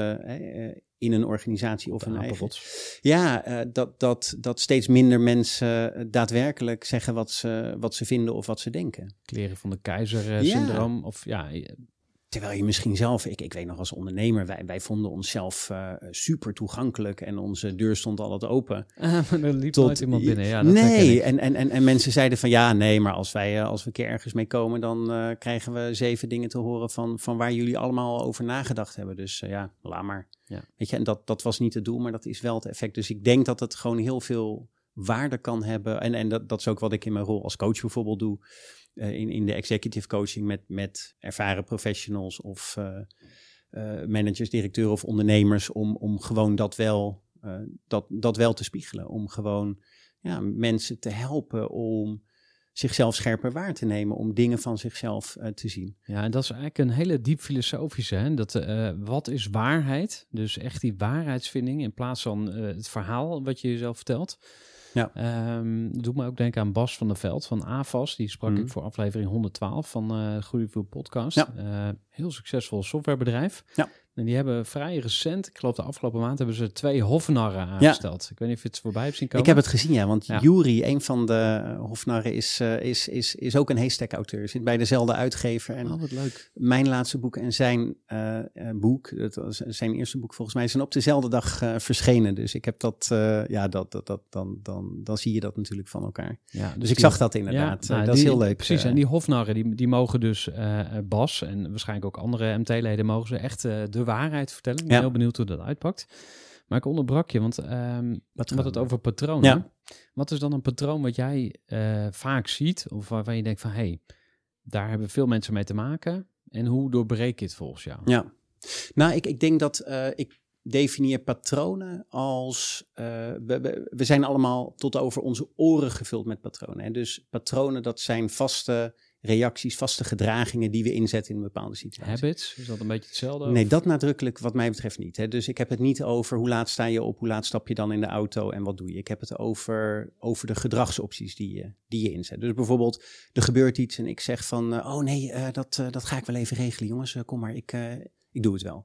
Speaker 3: in een organisatie of een eigen. Ja, dat steeds minder mensen daadwerkelijk zeggen wat ze vinden of wat ze denken.
Speaker 1: Kleren van de keizer syndroom of
Speaker 3: Terwijl je misschien zelf, ik weet nog als ondernemer, wij vonden onszelf super toegankelijk en onze deur stond altijd open.
Speaker 1: Maar er liep nooit iemand binnen. Ja, dat
Speaker 3: nee, en mensen zeiden van ja, nee, maar als we een keer ergens mee komen, dan krijgen we 7 dingen te horen van waar jullie allemaal over nagedacht hebben. Dus laat maar. Ja. Weet je, en dat was niet het doel, maar dat is wel het effect. Dus ik denk dat het gewoon heel veel waarde kan hebben. En dat is ook wat ik in mijn rol als coach bijvoorbeeld doe. In de executive coaching met ervaren professionals of managers, directeuren of ondernemers. Om gewoon dat wel te spiegelen. Om gewoon mensen te helpen om zichzelf scherper waar te nemen. Om dingen van zichzelf te zien.
Speaker 1: Ja, en dat is eigenlijk een hele diep filosofische. Hè? Wat is waarheid? Dus echt die waarheidsvinding in plaats van het verhaal wat je jezelf vertelt. Ja. Doet me ook denken aan Bas van der Veld van AVAS. Die sprak ik voor aflevering 112 van Groeivoer podcast. Ja. Heel succesvol softwarebedrijf. Ja. En die hebben vrij recent, ik geloof de afgelopen maand, hebben ze 2 hofnarren aangesteld. Ja. Ik weet niet of je het voorbij hebt zien komen.
Speaker 3: Ik heb het gezien, want Juri, een van de hofnarren, is ook een Haystack-auteur. Zit bij dezelfde uitgever. En
Speaker 1: wat leuk.
Speaker 3: Mijn laatste boek en zijn boek, dat was zijn eerste boek volgens mij, zijn op dezelfde dag verschenen. Dus ik heb dat, dan zie je dat natuurlijk van elkaar. Ja, dus ik zag dat inderdaad. Dat is heel leuk.
Speaker 1: Precies, en die hofnarren, die mogen dus Bas en waarschijnlijk ook andere MT-leden mogen ze echt de waarheid vertellen. Ik ben heel benieuwd hoe dat uitpakt. Maar ik onderbrak je, want wat het over patronen. Ja. Wat is dan een patroon wat jij vaak ziet, of waarvan je denkt van, hey, daar hebben veel mensen mee te maken. En hoe doorbreek je het volgens jou?
Speaker 3: Ja, nou, ik denk dat ik definieer patronen als, we zijn allemaal tot over onze oren gevuld met patronen. Hè? Dus patronen, dat zijn vaste reacties, vaste gedragingen die we inzetten in een bepaalde situatie.
Speaker 1: Habits, is dat een beetje hetzelfde?
Speaker 3: Nee, dat nadrukkelijk wat mij betreft niet. Hè. Dus ik heb het niet over hoe laat sta je op, hoe laat stap je dan in de auto en wat doe je. Ik heb het over de gedragsopties die je inzet. Dus bijvoorbeeld, er gebeurt iets en ik zeg van, dat ga ik wel even regelen jongens, kom maar, ik doe het wel.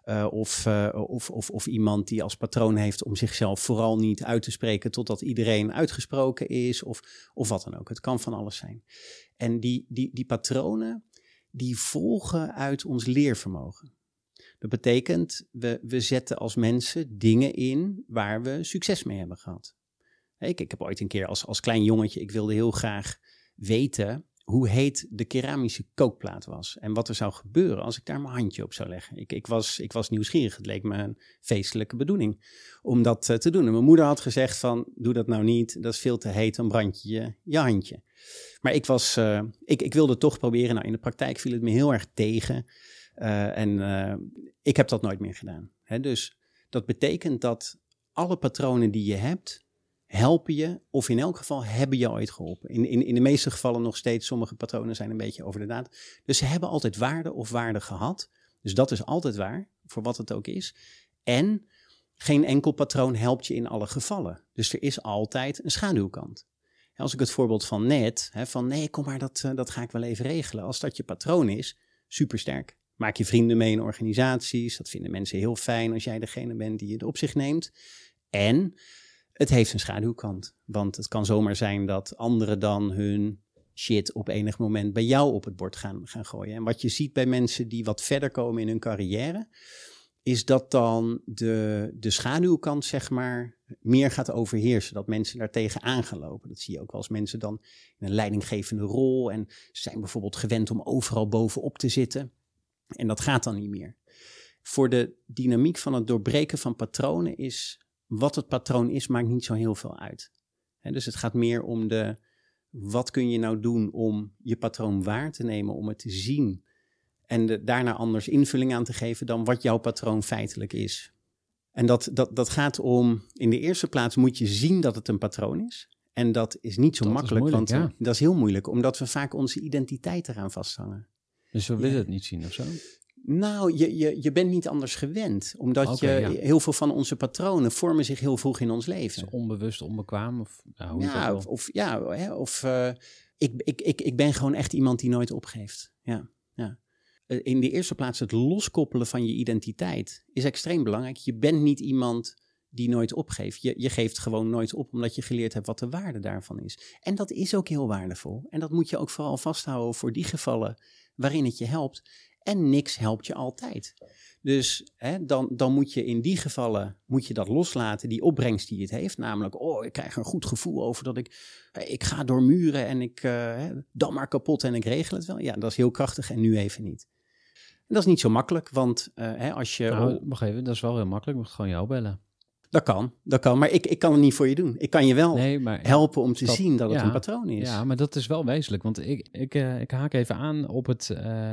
Speaker 3: Of iemand die als patroon heeft om zichzelf vooral niet uit te spreken totdat iedereen uitgesproken is of wat dan ook. Het kan van alles zijn. En die patronen, die volgen uit ons leervermogen. Dat betekent, we zetten als mensen dingen in waar we succes mee hebben gehad. Ik heb ooit een keer als klein jongetje, ik wilde heel graag weten hoe heet de keramische kookplaat was. En wat er zou gebeuren als ik daar mijn handje op zou leggen. Ik was nieuwsgierig. Het leek me een feestelijke bedoeling om dat te doen. En mijn moeder had gezegd van, doe dat nou niet. Dat is veel te heet, dan brand je je handje. Maar ik wilde het toch proberen. Nou, in de praktijk viel het me heel erg tegen. Ik heb dat nooit meer gedaan. Dus dat betekent dat alle patronen die je hebt, helpen je, of in elk geval hebben je ooit geholpen. In de meeste gevallen nog steeds, sommige patronen zijn een beetje over de daad. Dus ze hebben altijd waarde of waarde gehad. Dus dat is altijd waar, voor wat het ook is. En geen enkel patroon helpt je in alle gevallen. Dus er is altijd een schaduwkant. Als ik het voorbeeld van net, van nee, kom maar, dat ga ik wel even regelen. Als dat je patroon is, supersterk. Maak je vrienden mee in organisaties. Dat vinden mensen heel fijn als jij degene bent die het op zich neemt. En het heeft een schaduwkant, want het kan zomaar zijn dat anderen dan hun shit op enig moment bij jou op het bord gaan gooien. En wat je ziet bij mensen die wat verder komen in hun carrière, is dat dan de schaduwkant, zeg maar, meer gaat overheersen. Dat mensen daartegen aan gaan lopen. Dat zie je ook wel als mensen dan in een leidinggevende rol en zijn bijvoorbeeld gewend om overal bovenop te zitten. En dat gaat dan niet meer. Voor de dynamiek van het doorbreken van patronen is, wat het patroon is, maakt niet zo heel veel uit. Dus het gaat meer om wat kun je nou doen om je patroon waar te nemen, om het te zien en daarna anders invulling aan te geven dan wat jouw patroon feitelijk is. En dat gaat om, in de eerste plaats moet je zien dat het een patroon is. En dat is niet zo makkelijk, want dat is heel moeilijk, omdat we vaak onze identiteit eraan vasthangen.
Speaker 1: Dus we willen het niet zien of zo?
Speaker 3: Nou, je bent niet anders gewend. Omdat heel veel van onze patronen vormen zich heel vroeg in ons leven.
Speaker 1: Dus onbewust, onbekwaam?
Speaker 3: Ik ben gewoon echt iemand die nooit opgeeft. Ja. In de eerste plaats het loskoppelen van je identiteit is extreem belangrijk. Je bent niet iemand die nooit opgeeft. Je geeft gewoon nooit op omdat je geleerd hebt wat de waarde daarvan is. En dat is ook heel waardevol. En dat moet je ook vooral vasthouden voor die gevallen waarin het je helpt. En niks helpt je altijd. Dus dan moet je in die gevallen dat loslaten, die opbrengst die het heeft. Namelijk, ik krijg een goed gevoel over dat ik ga door muren en ik dan maar kapot en ik regel het wel. Ja, dat is heel krachtig en nu even niet. En dat is niet zo makkelijk, want als je...
Speaker 1: Wacht even, dat is wel heel makkelijk. Ik moet gewoon jou bellen.
Speaker 3: Dat kan, maar ik kan het niet voor je doen. Ik kan je wel helpen om te zien dat het een patroon is.
Speaker 1: Ja, maar dat is wel wezenlijk, want ik haak even aan op het...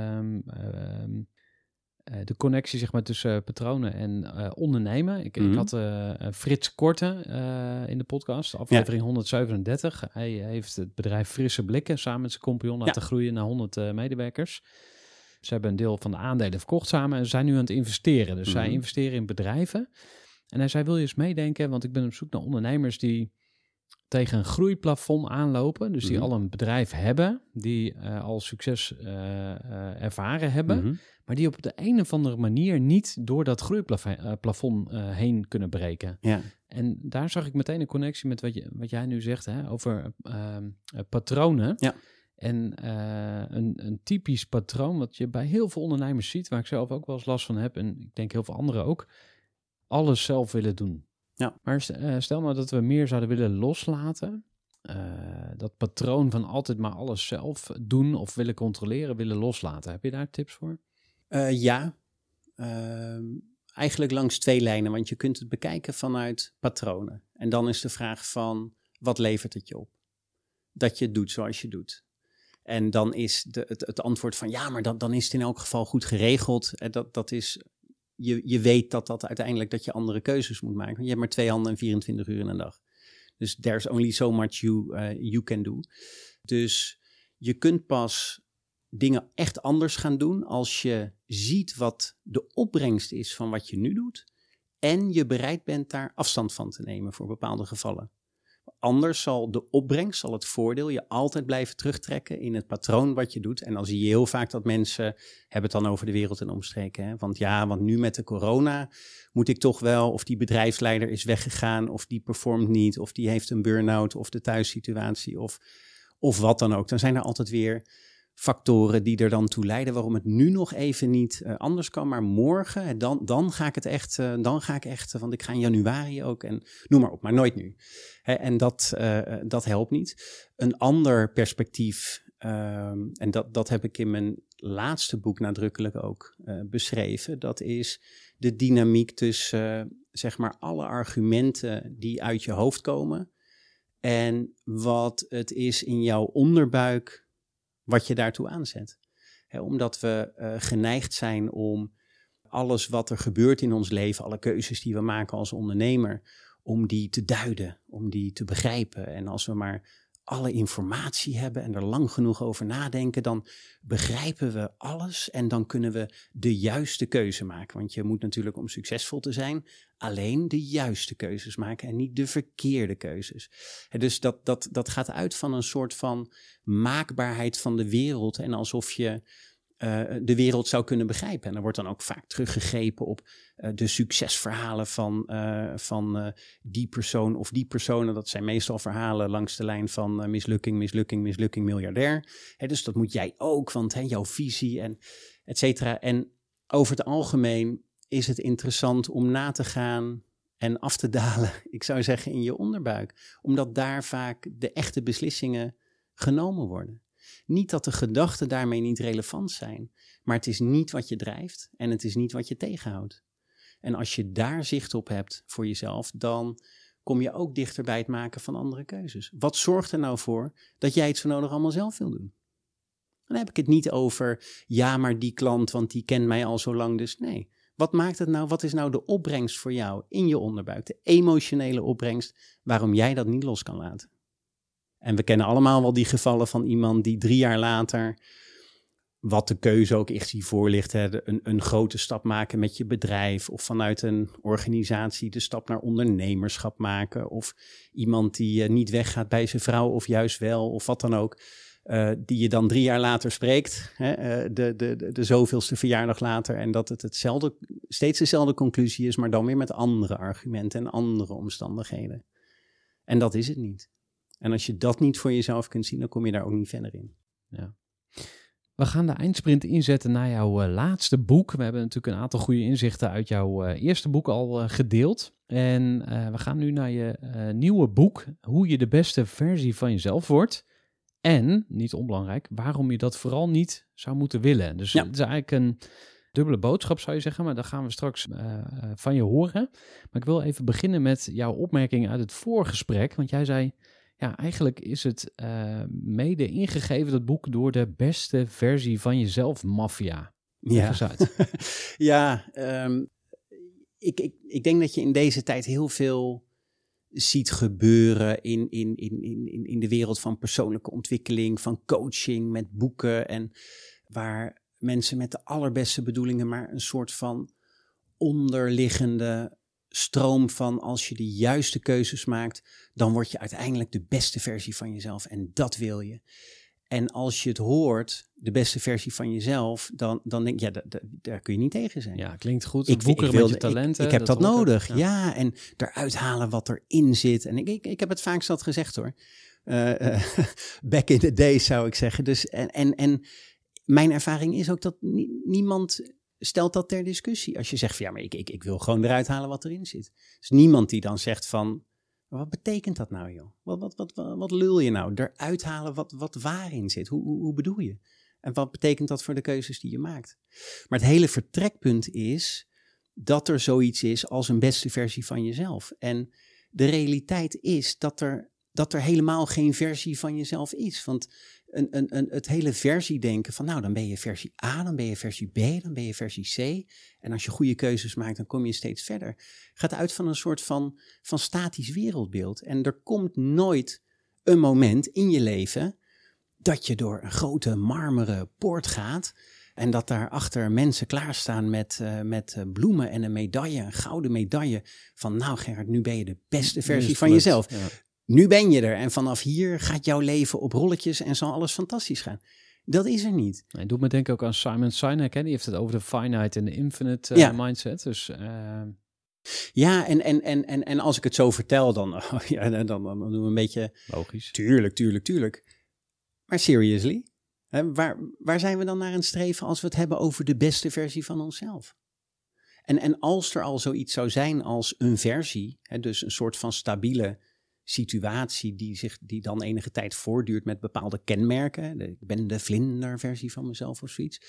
Speaker 1: de connectie zeg maar, tussen patronen en ondernemen. Ik had Frits Korte in de podcast, aflevering 137. Hij heeft het bedrijf Frisse Blikken samen met zijn compagnon laten groeien naar 100 medewerkers. Ze hebben een deel van de aandelen verkocht samen en ze zijn nu aan het investeren. Dus zij investeren in bedrijven. En hij zei, wil je eens meedenken? Want ik ben op zoek naar ondernemers die tegen een groeiplafond aanlopen. Dus die al een bedrijf hebben, die al succes ervaren hebben. Maar die op de een of andere manier niet door dat groeiplafond heen kunnen breken. Ja. En daar zag ik meteen een connectie met wat jij nu zegt over patronen. Ja. En een typisch patroon wat je bij heel veel ondernemers ziet, waar ik zelf ook wel eens last van heb, en ik denk heel veel anderen ook, alles zelf willen doen. Ja. Maar stel nou dat we meer zouden willen loslaten, dat patroon van altijd maar alles zelf doen of willen controleren, willen loslaten. Heb je daar tips voor?
Speaker 3: Eigenlijk langs 2 lijnen, want je kunt het bekijken vanuit patronen. En dan is de vraag van, wat levert het je op? Dat je het doet zoals je doet. En dan is het antwoord van, ja, maar dan is het in elk geval goed geregeld. Dat is, je weet dat uiteindelijk dat je andere keuzes moet maken. Je hebt maar 2 handen en 24 uur in een dag. Dus there's only so much you can do. Dus je kunt pas dingen echt anders gaan doen als je ziet wat de opbrengst is van wat je nu doet en je bereid bent daar afstand van te nemen voor bepaalde gevallen. Anders zal de opbrengst, zal het voordeel je altijd blijven terugtrekken in het patroon wat je doet. En dan zie je heel vaak dat mensen hebben het dan over de wereld en omstreken. Hè? Want nu met de corona moet ik toch wel, of die bedrijfsleider is weggegaan, of die performt niet, of die heeft een burn-out, of de thuissituatie, of wat dan ook. Dan zijn er altijd weer factoren die er dan toe leiden waarom het nu nog even niet anders kan. Maar morgen, dan ga ik het echt, want ik ga in januari ook en noem maar op, maar nooit nu. En dat helpt niet. Een ander perspectief, en dat heb ik in mijn laatste boek nadrukkelijk ook beschreven, dat is de dynamiek tussen zeg maar alle argumenten die uit je hoofd komen en wat het is in jouw onderbuik wat je daartoe aanzet. Omdat we geneigd zijn om alles wat er gebeurt in ons leven, alle keuzes die we maken als ondernemer, om die te duiden, om die te begrijpen. En als we maar alle informatie hebben en er lang genoeg over nadenken, dan begrijpen we alles en dan kunnen we de juiste keuze maken. Want je moet natuurlijk om succesvol te zijn alleen de juiste keuzes maken en niet de verkeerde keuzes. Dus dat gaat uit van een soort van maakbaarheid van de wereld en alsof je de wereld zou kunnen begrijpen. En er wordt dan ook vaak teruggegrepen op de succesverhalen van die persoon of die personen. Dat zijn meestal verhalen langs de lijn van mislukking, miljardair. Dus dat moet jij ook, want jouw visie en et cetera. En over het algemeen is het interessant om na te gaan en af te dalen, ik zou zeggen in je onderbuik. Omdat daar vaak de echte beslissingen genomen worden. Niet dat de gedachten daarmee niet relevant zijn, maar het is niet wat je drijft en het is niet wat je tegenhoudt. En als je daar zicht op hebt voor jezelf, dan kom je ook dichter bij het maken van andere keuzes. Wat zorgt er nou voor dat jij het zo nodig allemaal zelf wil doen? Dan heb ik het niet over, ja, maar die klant, want die kent mij al zo lang, dus nee. Wat maakt het nou, wat is nou de opbrengst voor jou in je onderbuik? De emotionele opbrengst waarom jij dat niet los kan laten? En we kennen allemaal wel die gevallen van iemand die 3 jaar later, wat de keuze ook echt hiervoor ligt, een grote stap maken met je bedrijf of vanuit een organisatie de stap naar ondernemerschap maken. Of iemand die niet weggaat bij zijn vrouw of juist wel of wat dan ook. Die je dan 3 jaar later spreekt, de zoveelste verjaardag later. En dat het steeds dezelfde conclusie is, maar dan weer met andere argumenten en andere omstandigheden. En dat is het niet. En als je dat niet voor jezelf kunt zien, dan kom je daar ook niet verder in.
Speaker 1: Ja. We gaan de eindsprint inzetten naar jouw laatste boek. We hebben natuurlijk een aantal goede inzichten uit jouw eerste boek al gedeeld. En we gaan nu naar je nieuwe boek, Hoe je de beste versie van jezelf wordt. En, niet onbelangrijk, waarom je dat vooral niet zou moeten willen. Dus het is eigenlijk een dubbele boodschap, zou je zeggen, maar daar gaan we straks van je horen. Maar ik wil even beginnen met jouw opmerking uit het voorgesprek, want jij zei, ja, eigenlijk is het mede ingegeven, dat boek, door de beste versie van jezelf maffia.
Speaker 3: Ja,
Speaker 1: eens uit.
Speaker 3: ja, ik denk dat je in deze tijd heel veel ziet gebeuren in de wereld van persoonlijke ontwikkeling, van coaching met boeken en waar mensen met de allerbeste bedoelingen maar een soort van onderliggende stroom van als je de juiste keuzes maakt, dan word je uiteindelijk de beste versie van jezelf en dat wil je. En als je het hoort, de beste versie van jezelf, dan denk je, daar kun je niet tegen zijn.
Speaker 1: Ja, klinkt goed. Ik met je talenten.
Speaker 3: Ik heb dat nodig, ja. En eruit halen wat erin zit. En ik heb het vaak zat gezegd hoor. Back in the days zou ik zeggen. Dus, en mijn ervaring is ook dat niemand stelt dat ter discussie. Als je zegt van ja, maar ik wil gewoon eruit halen wat erin zit. Dus niemand die dan zegt van, wat betekent dat nou joh? Wat lul je nou? Eruit halen wat waarin zit. Hoe bedoel je? En wat betekent dat voor de keuzes die je maakt? Maar het hele vertrekpunt is dat er zoiets is als een beste versie van jezelf. En de realiteit is dat er helemaal geen versie van jezelf is. Want het hele versiedenken van nou, dan ben je versie A, dan ben je versie B, dan ben je versie C. En als je goede keuzes maakt, dan kom je steeds verder. Gaat uit van een soort van statisch wereldbeeld. En er komt nooit een moment in je leven dat je door een grote marmeren poort gaat en dat daarachter mensen klaarstaan met bloemen en een medaille, een gouden medaille van nou Gerard, nu ben je de beste versie van jezelf. Ja. Nu ben je er en vanaf hier gaat jouw leven op rolletjes en zal alles fantastisch gaan. Dat is er niet.
Speaker 1: Hij doet me denken ook aan Simon Sinek, hè? Die heeft het over de finite en de infinite mindset. Dus,
Speaker 3: Ja, en als ik het zo vertel, dan doen we een beetje
Speaker 1: logisch.
Speaker 3: Tuurlijk. Maar seriously, hè, waar zijn we dan naar aan het streven als we het hebben over de beste versie van onszelf? En als er al zoiets zou zijn als een versie, hè, dus een soort van stabiele situatie die dan enige tijd voortduurt met bepaalde kenmerken. Ik ben de vlinderversie van mezelf of zoiets.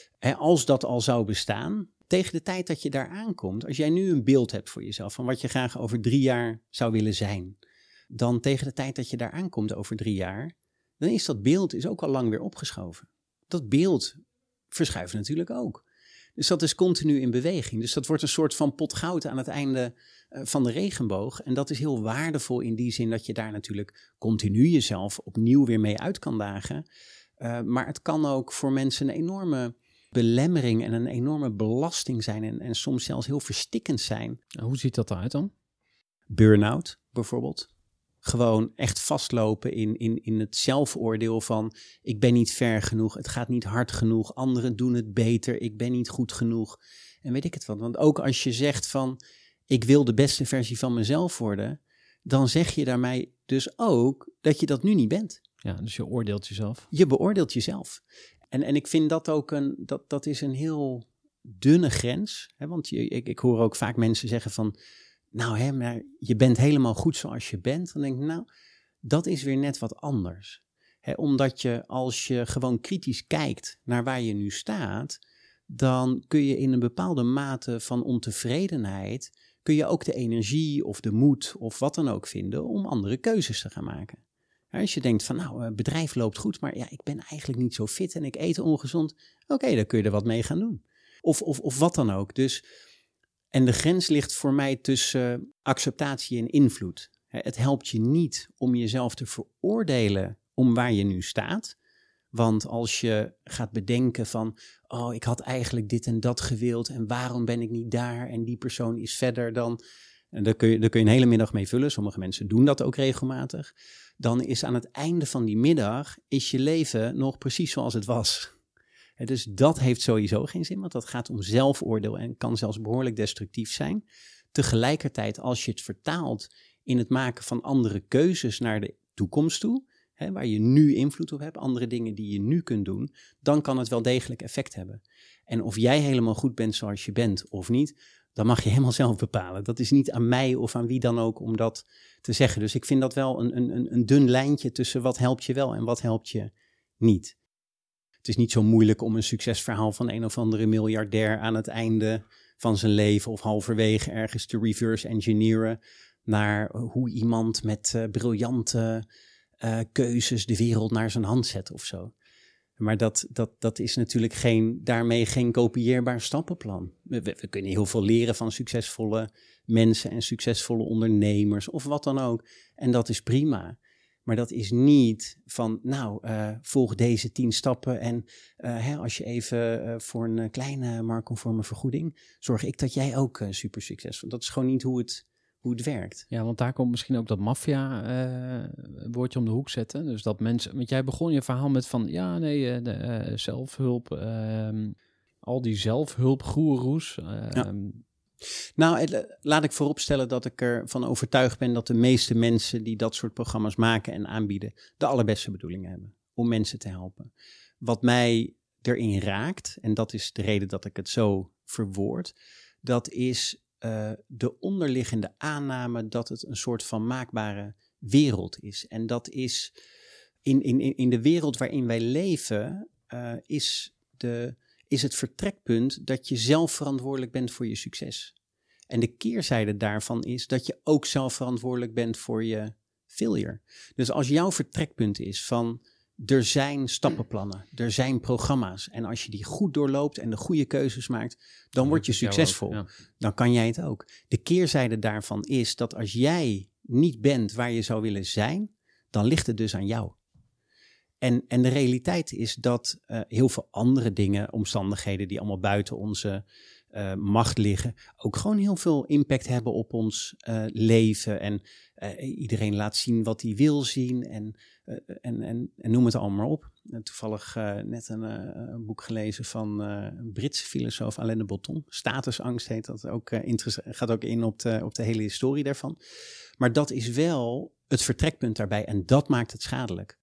Speaker 3: Als dat al zou bestaan, tegen de tijd dat je daar aankomt, als jij nu een beeld hebt voor jezelf van wat je graag over 3 jaar zou willen zijn, dan tegen de tijd dat je daar aankomt over 3 jaar, dan is dat beeld ook al lang weer opgeschoven. Dat beeld verschuift natuurlijk ook. Dus dat is continu in beweging. Dus dat wordt een soort van pot goud aan het einde van de regenboog. En dat is heel waardevol in die zin dat je daar natuurlijk continu jezelf opnieuw weer mee uit kan dagen. Maar het kan ook voor mensen een enorme belemmering en een enorme belasting zijn en soms zelfs heel verstikkend zijn.
Speaker 1: Hoe ziet dat eruit dan?
Speaker 3: Burn-out bijvoorbeeld. Gewoon echt vastlopen in het zelfoordeel van ik ben niet ver genoeg, het gaat niet hard genoeg, anderen doen het beter, ik ben niet goed genoeg en weet ik het wat. Want ook als je zegt van ik wil de beste versie van mezelf worden, dan zeg je daarmee dus ook dat je dat nu niet bent.
Speaker 1: Ja, dus je oordeelt jezelf.
Speaker 3: Je beoordeelt jezelf. En ik vind dat ook dat is een heel dunne grens. Hè? Want ik hoor ook vaak mensen zeggen van nou maar je bent helemaal goed zoals je bent. Dan denk ik, nou, dat is weer net wat anders. Omdat je, als je gewoon kritisch kijkt naar waar je nu staat, dan kun je in een bepaalde mate van ontevredenheid, kun je ook de energie of de moed of wat dan ook vinden om andere keuzes te gaan maken. Als je denkt van, nou, het bedrijf loopt goed, maar ja, ik ben eigenlijk niet zo fit en ik eet ongezond. Oké, dan kun je er wat mee gaan doen. Of wat dan ook. Dus en de grens ligt voor mij tussen acceptatie en invloed. Het helpt je niet om jezelf te veroordelen om waar je nu staat. Want als je gaat bedenken van, oh, ik had eigenlijk dit en dat gewild en waarom ben ik niet daar en die persoon is verder dan. En daar kun je een hele middag mee vullen. Sommige mensen doen dat ook regelmatig. Dan is aan het einde van die middag is je leven nog precies zoals het was. Dus dat heeft sowieso geen zin, want dat gaat om zelfoordeel en kan zelfs behoorlijk destructief zijn. Tegelijkertijd, als je het vertaalt in het maken van andere keuzes naar de toekomst toe, waar je nu invloed op hebt, andere dingen die je nu kunt doen, dan kan het wel degelijk effect hebben. En of jij helemaal goed bent zoals je bent of niet, dan mag je helemaal zelf bepalen. Dat is niet aan mij of aan wie dan ook om dat te zeggen. Dus ik vind dat wel een dun lijntje tussen wat helpt je wel en wat helpt je niet. Het is niet zo moeilijk om een succesverhaal van een of andere miljardair aan het einde van zijn leven of halverwege ergens te reverse engineeren naar hoe iemand met briljante keuzes de wereld naar zijn hand zet of zo. Maar dat is natuurlijk daarmee geen kopieerbaar stappenplan. We kunnen heel veel leren van succesvolle mensen en succesvolle ondernemers of wat dan ook. En dat is prima. Maar dat is niet van, volg deze 10 stappen en als je even voor een kleine marktconforme vergoeding, zorg ik dat jij ook super succesvol. Dat is gewoon niet hoe het werkt.
Speaker 1: Ja, want daar komt misschien ook dat maffia-woordje om de hoek zetten. Dus dat mensen, want jij begon je verhaal met van, zelfhulp, al die zelfhulpgoeroes.
Speaker 3: Laat ik vooropstellen dat ik ervan overtuigd ben dat de meeste mensen die dat soort programma's maken en aanbieden, de allerbeste bedoelingen hebben om mensen te helpen. Wat mij erin raakt, en dat is de reden dat ik het zo verwoord, dat is de onderliggende aanname dat het een soort van maakbare wereld is. En dat is in de wereld waarin wij leven, is het vertrekpunt dat je zelf verantwoordelijk bent voor je succes. En de keerzijde daarvan is dat je ook zelf verantwoordelijk bent voor je failure. Dus als jouw vertrekpunt is van er zijn stappenplannen, er zijn programma's en als je die goed doorloopt en de goede keuzes maakt, dan word je succesvol. Ook, ja. Dan kan jij het ook. De keerzijde daarvan is dat als jij niet bent waar je zou willen zijn, dan ligt het dus aan jou. En de realiteit is dat heel veel andere dingen, omstandigheden die allemaal buiten onze macht liggen, ook gewoon heel veel impact hebben op ons leven. En iedereen laat zien wat hij wil zien en noem het allemaal maar op. Toevallig net een boek gelezen van een Britse filosoof, Alain de Botton. Statusangst heet dat ook. Gaat ook in op de hele historie daarvan. Maar dat is wel het vertrekpunt daarbij en dat maakt het schadelijk.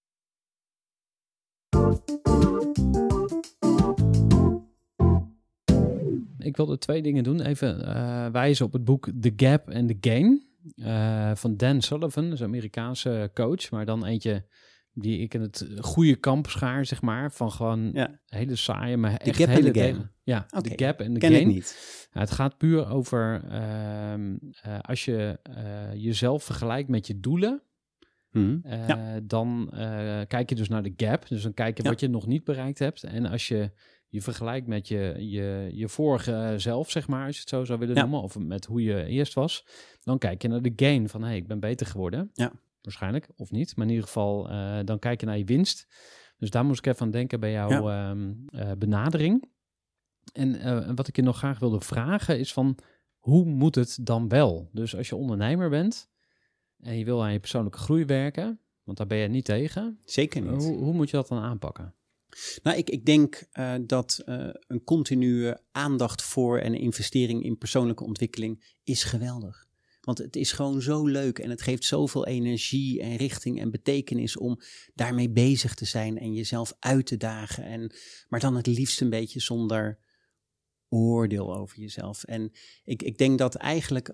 Speaker 1: Ik wilde 2 dingen doen. Even wijzen op het boek The Gap and the Gain van Dan Sullivan. Dat is een Amerikaanse coach, maar dan eentje die ik in het goede kamp schaar, zeg maar. Van gewoon hele saaie, maar echt
Speaker 3: The Gap
Speaker 1: hele
Speaker 3: and the Gain.
Speaker 1: Ja, okay. The Gap and the
Speaker 3: Ken
Speaker 1: Gain.
Speaker 3: Ik niet.
Speaker 1: Het gaat puur over als je jezelf vergelijkt met je doelen. Dan kijk je dus naar de gap. Dus dan kijk je wat je nog niet bereikt hebt. En als je vergelijkt met je vorige zelf, zeg maar, als je het zo zou willen noemen, of met hoe je eerst was, dan kijk je naar de gain van, ik ben beter geworden. Ja. Waarschijnlijk, of niet. Maar in ieder geval, dan kijk je naar je winst. Dus daar moest ik even aan denken bij jouw benadering. En wat ik je nog graag wilde vragen is van, hoe moet het dan wel? Dus als je ondernemer bent en je wil aan je persoonlijke groei werken, want daar ben je niet tegen.
Speaker 3: Zeker niet.
Speaker 1: Hoe moet je dat dan aanpakken?
Speaker 3: Nou, ik denk dat een continue aandacht voor en investering in persoonlijke ontwikkeling is geweldig. Want het is gewoon zo leuk en het geeft zoveel energie en richting en betekenis om daarmee bezig te zijn en jezelf uit te dagen. Maar dan het liefst een beetje zonder oordeel over jezelf. En ik denk dat eigenlijk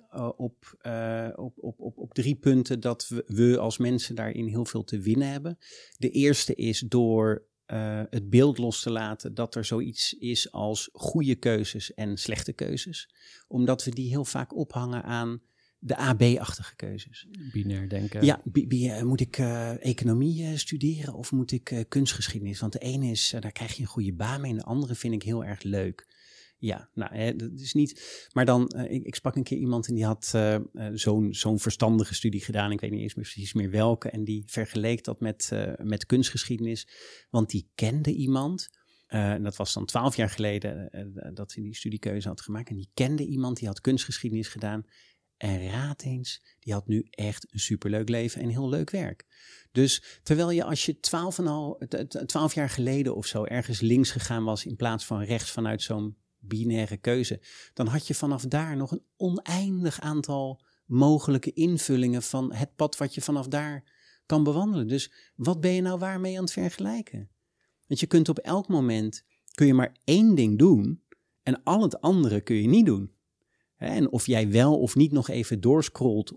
Speaker 3: op 3 punten dat we als mensen daarin heel veel te winnen hebben. De eerste is door het beeld los te laten dat er zoiets is als goede keuzes en slechte keuzes. Omdat we die heel vaak ophangen aan de AB-achtige keuzes.
Speaker 1: Binair denken.
Speaker 3: Ja, moet ik economie studeren of moet ik kunstgeschiedenis? Want de ene is, daar krijg je een goede baan mee en de andere vind ik heel erg leuk. Ja, dat is niet. Maar dan, ik sprak een keer iemand en die had zo'n verstandige studie gedaan. Ik weet niet eens precies meer welke. En die vergeleek dat met kunstgeschiedenis. Want die kende iemand. En dat was dan 12 jaar geleden dat hij die studiekeuze had gemaakt. En die kende iemand, die had kunstgeschiedenis gedaan. En raad eens, die had nu echt een superleuk leven en heel leuk werk. Dus terwijl je als je 12 jaar geleden of zo ergens links gegaan was in plaats van rechts vanuit zo'n binaire keuze, dan had je vanaf daar nog een oneindig aantal mogelijke invullingen van het pad wat je vanaf daar kan bewandelen. Dus wat ben je nou waarmee aan het vergelijken? Want je kunt op elk moment, kun je maar 1 ding doen en al het andere kun je niet doen. En of jij wel of niet nog even doorscrollt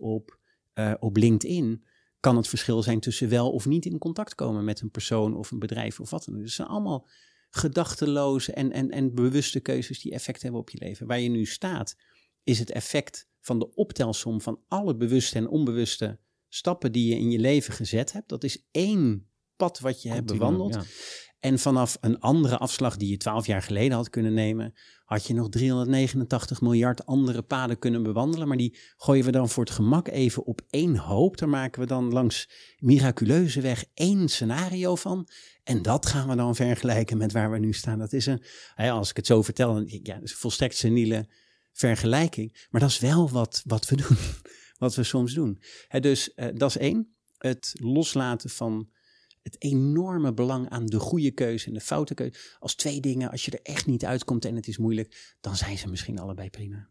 Speaker 3: op LinkedIn, kan het verschil zijn tussen wel of niet in contact komen met een persoon of een bedrijf of wat dan ook. Dus het zijn allemaal gedachteloze en bewuste keuzes die effect hebben op je leven. Waar je nu staat, is het effect van de optelsom van alle bewuste en onbewuste stappen die je in je leven gezet hebt. Dat is 1 pad wat je hebt bewandeld. Ja. En vanaf een andere afslag die je 12 jaar geleden had kunnen nemen, had je nog 389 miljard andere paden kunnen bewandelen. Maar die gooien we dan voor het gemak even op 1 hoop. Daar maken we dan langs miraculeuze weg 1 scenario van. En dat gaan we dan vergelijken met waar we nu staan. Dat is als ik het zo vertel, dan denk ik, dat is een volstrekt seniele vergelijking. Maar dat is wel wat we doen, wat we soms doen. Dus dat is 1. Het loslaten van het enorme belang aan de goede keuze en de foute keuze. Als 2 dingen, als je er echt niet uitkomt en het is moeilijk, dan zijn ze misschien allebei prima.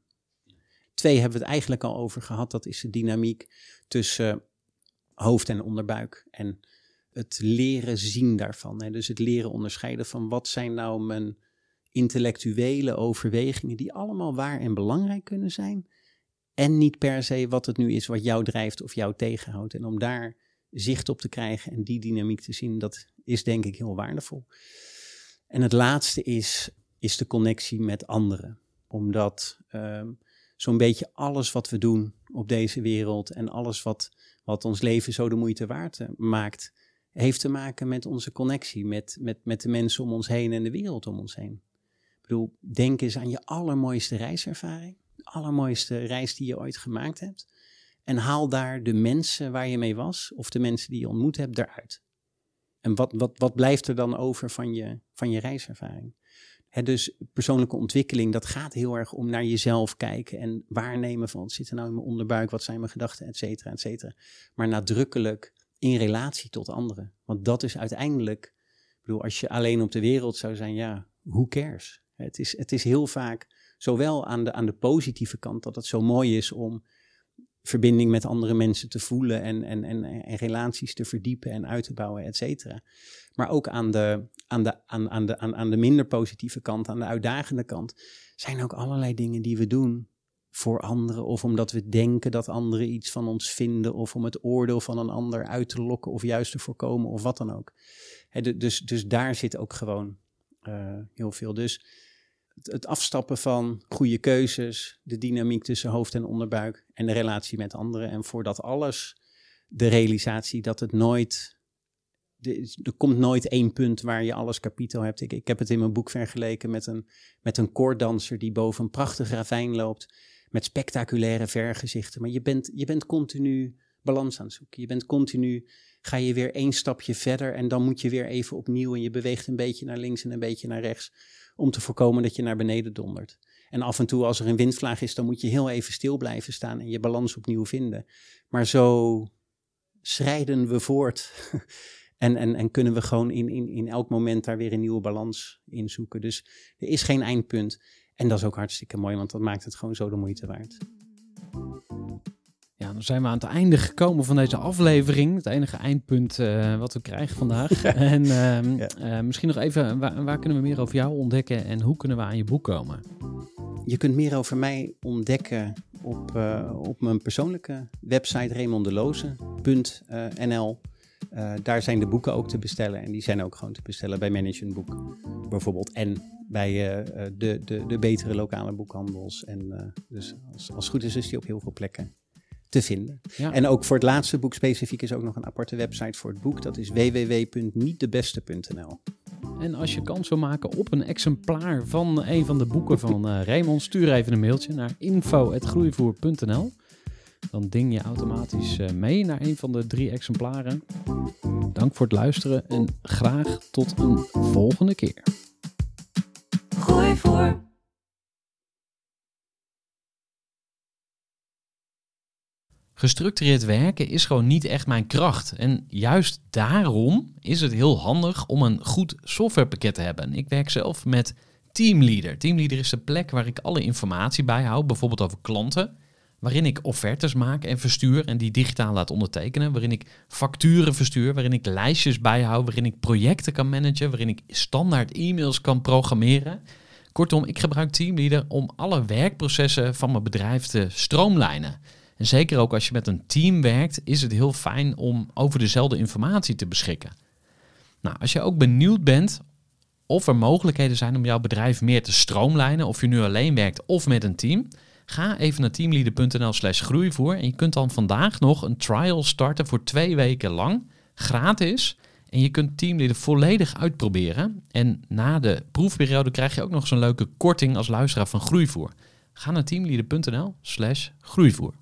Speaker 3: 2 hebben we het eigenlijk al over gehad. Dat is de dynamiek tussen hoofd en onderbuik. En het leren zien daarvan. Dus het leren onderscheiden van wat zijn nou mijn intellectuele overwegingen die allemaal waar en belangrijk kunnen zijn. En niet per se wat het nu is wat jou drijft of jou tegenhoudt. En om daar zicht op te krijgen en die dynamiek te zien, dat is denk ik heel waardevol. En het laatste is de connectie met anderen. Omdat zo'n beetje alles wat we doen op deze wereld en alles wat ons leven zo de moeite waard maakt, heeft te maken met onze connectie met de mensen om ons heen en de wereld om ons heen. Ik bedoel, denk eens aan je allermooiste reiservaring. De allermooiste reis die je ooit gemaakt hebt. En haal daar de mensen waar je mee was, of de mensen die je ontmoet hebt, eruit. En wat blijft er dan over van je reiservaring? Dus persoonlijke ontwikkeling, dat gaat heel erg om naar jezelf kijken en waarnemen van wat zit er nou in mijn onderbuik, wat zijn mijn gedachten, et cetera, et cetera. Maar nadrukkelijk in relatie tot anderen. Want dat is uiteindelijk, ik bedoel, als je alleen op de wereld zou zijn, who cares? Het is heel vaak, zowel aan de positieve kant, dat het zo mooi is om verbinding met andere mensen te voelen en relaties te verdiepen en uit te bouwen, et cetera. Maar ook aan de minder positieve kant, aan de uitdagende kant, zijn ook allerlei dingen die we doen voor anderen, of omdat we denken dat anderen iets van ons vinden, of om het oordeel van een ander uit te lokken, of juist te voorkomen, of wat dan ook. Dus daar zit ook gewoon heel veel. Dus het afstappen van goede keuzes, de dynamiek tussen hoofd en onderbuik en de relatie met anderen. En voor dat alles de realisatie dat het nooit, er komt nooit 1 punt waar je alles capito hebt. Ik heb het in mijn boek vergeleken met een koorddanser die boven een prachtig ravijn loopt met spectaculaire vergezichten. Maar je bent continu balans aan het zoeken. Je bent continu, ga je weer 1 stapje verder en dan moet je weer even opnieuw en je beweegt een beetje naar links en een beetje naar rechts om te voorkomen dat je naar beneden dondert. En af en toe als er een windvlaag is, dan moet je heel even stil blijven staan en je balans opnieuw vinden. Maar zo schrijden we voort en kunnen we gewoon in elk moment daar weer een nieuwe balans in zoeken. Dus er is geen eindpunt. En dat is ook hartstikke mooi, want dat maakt het gewoon zo de moeite waard.
Speaker 1: Ja, dan zijn we aan het einde gekomen van deze aflevering. Het enige eindpunt wat we krijgen vandaag. En misschien nog even, waar kunnen we meer over jou ontdekken en hoe kunnen we aan je boek komen?
Speaker 3: Je kunt meer over mij ontdekken op mijn persoonlijke website raymondeloze.nl. Daar zijn de boeken ook te bestellen en die zijn ook gewoon te bestellen bij Management Boek bijvoorbeeld. En bij de betere lokale boekhandels. En dus als het goed is die op heel veel plekken te vinden. Ja. En ook voor het laatste boek specifiek is ook nog een aparte website voor het boek. Dat is www.nietdebeste.nl.
Speaker 1: En als je kans wil maken op een exemplaar van een van de boeken van Raymond, stuur even een mailtje naar info@groeivoer.nl. Dan ding je automatisch mee naar een van de 3 exemplaren. Dank voor het luisteren en graag tot een volgende keer.
Speaker 2: Groeivoer.
Speaker 1: Gestructureerd werken is gewoon niet echt mijn kracht. En juist daarom is het heel handig om een goed softwarepakket te hebben. Ik werk zelf met Teamleader. Teamleader is de plek waar ik alle informatie bijhoud, bijvoorbeeld over klanten, waarin ik offertes maak en verstuur en die digitaal laat ondertekenen, waarin ik facturen verstuur, waarin ik lijstjes bijhoud, waarin ik projecten kan managen, waarin ik standaard e-mails kan programmeren. Kortom, ik gebruik Teamleader om alle werkprocessen van mijn bedrijf te stroomlijnen. En zeker ook als je met een team werkt, is het heel fijn om over dezelfde informatie te beschikken. Nou, als je ook benieuwd bent of er mogelijkheden zijn om jouw bedrijf meer te stroomlijnen, of je nu alleen werkt of met een team, ga even naar teamleader.nl/groeivoer en je kunt dan vandaag nog een trial starten voor 2 weken lang, gratis. En je kunt Teamleader volledig uitproberen. En na de proefperiode krijg je ook nog zo'n leuke korting als luisteraar van Groeivoer. Ga naar teamleader.nl/groeivoer.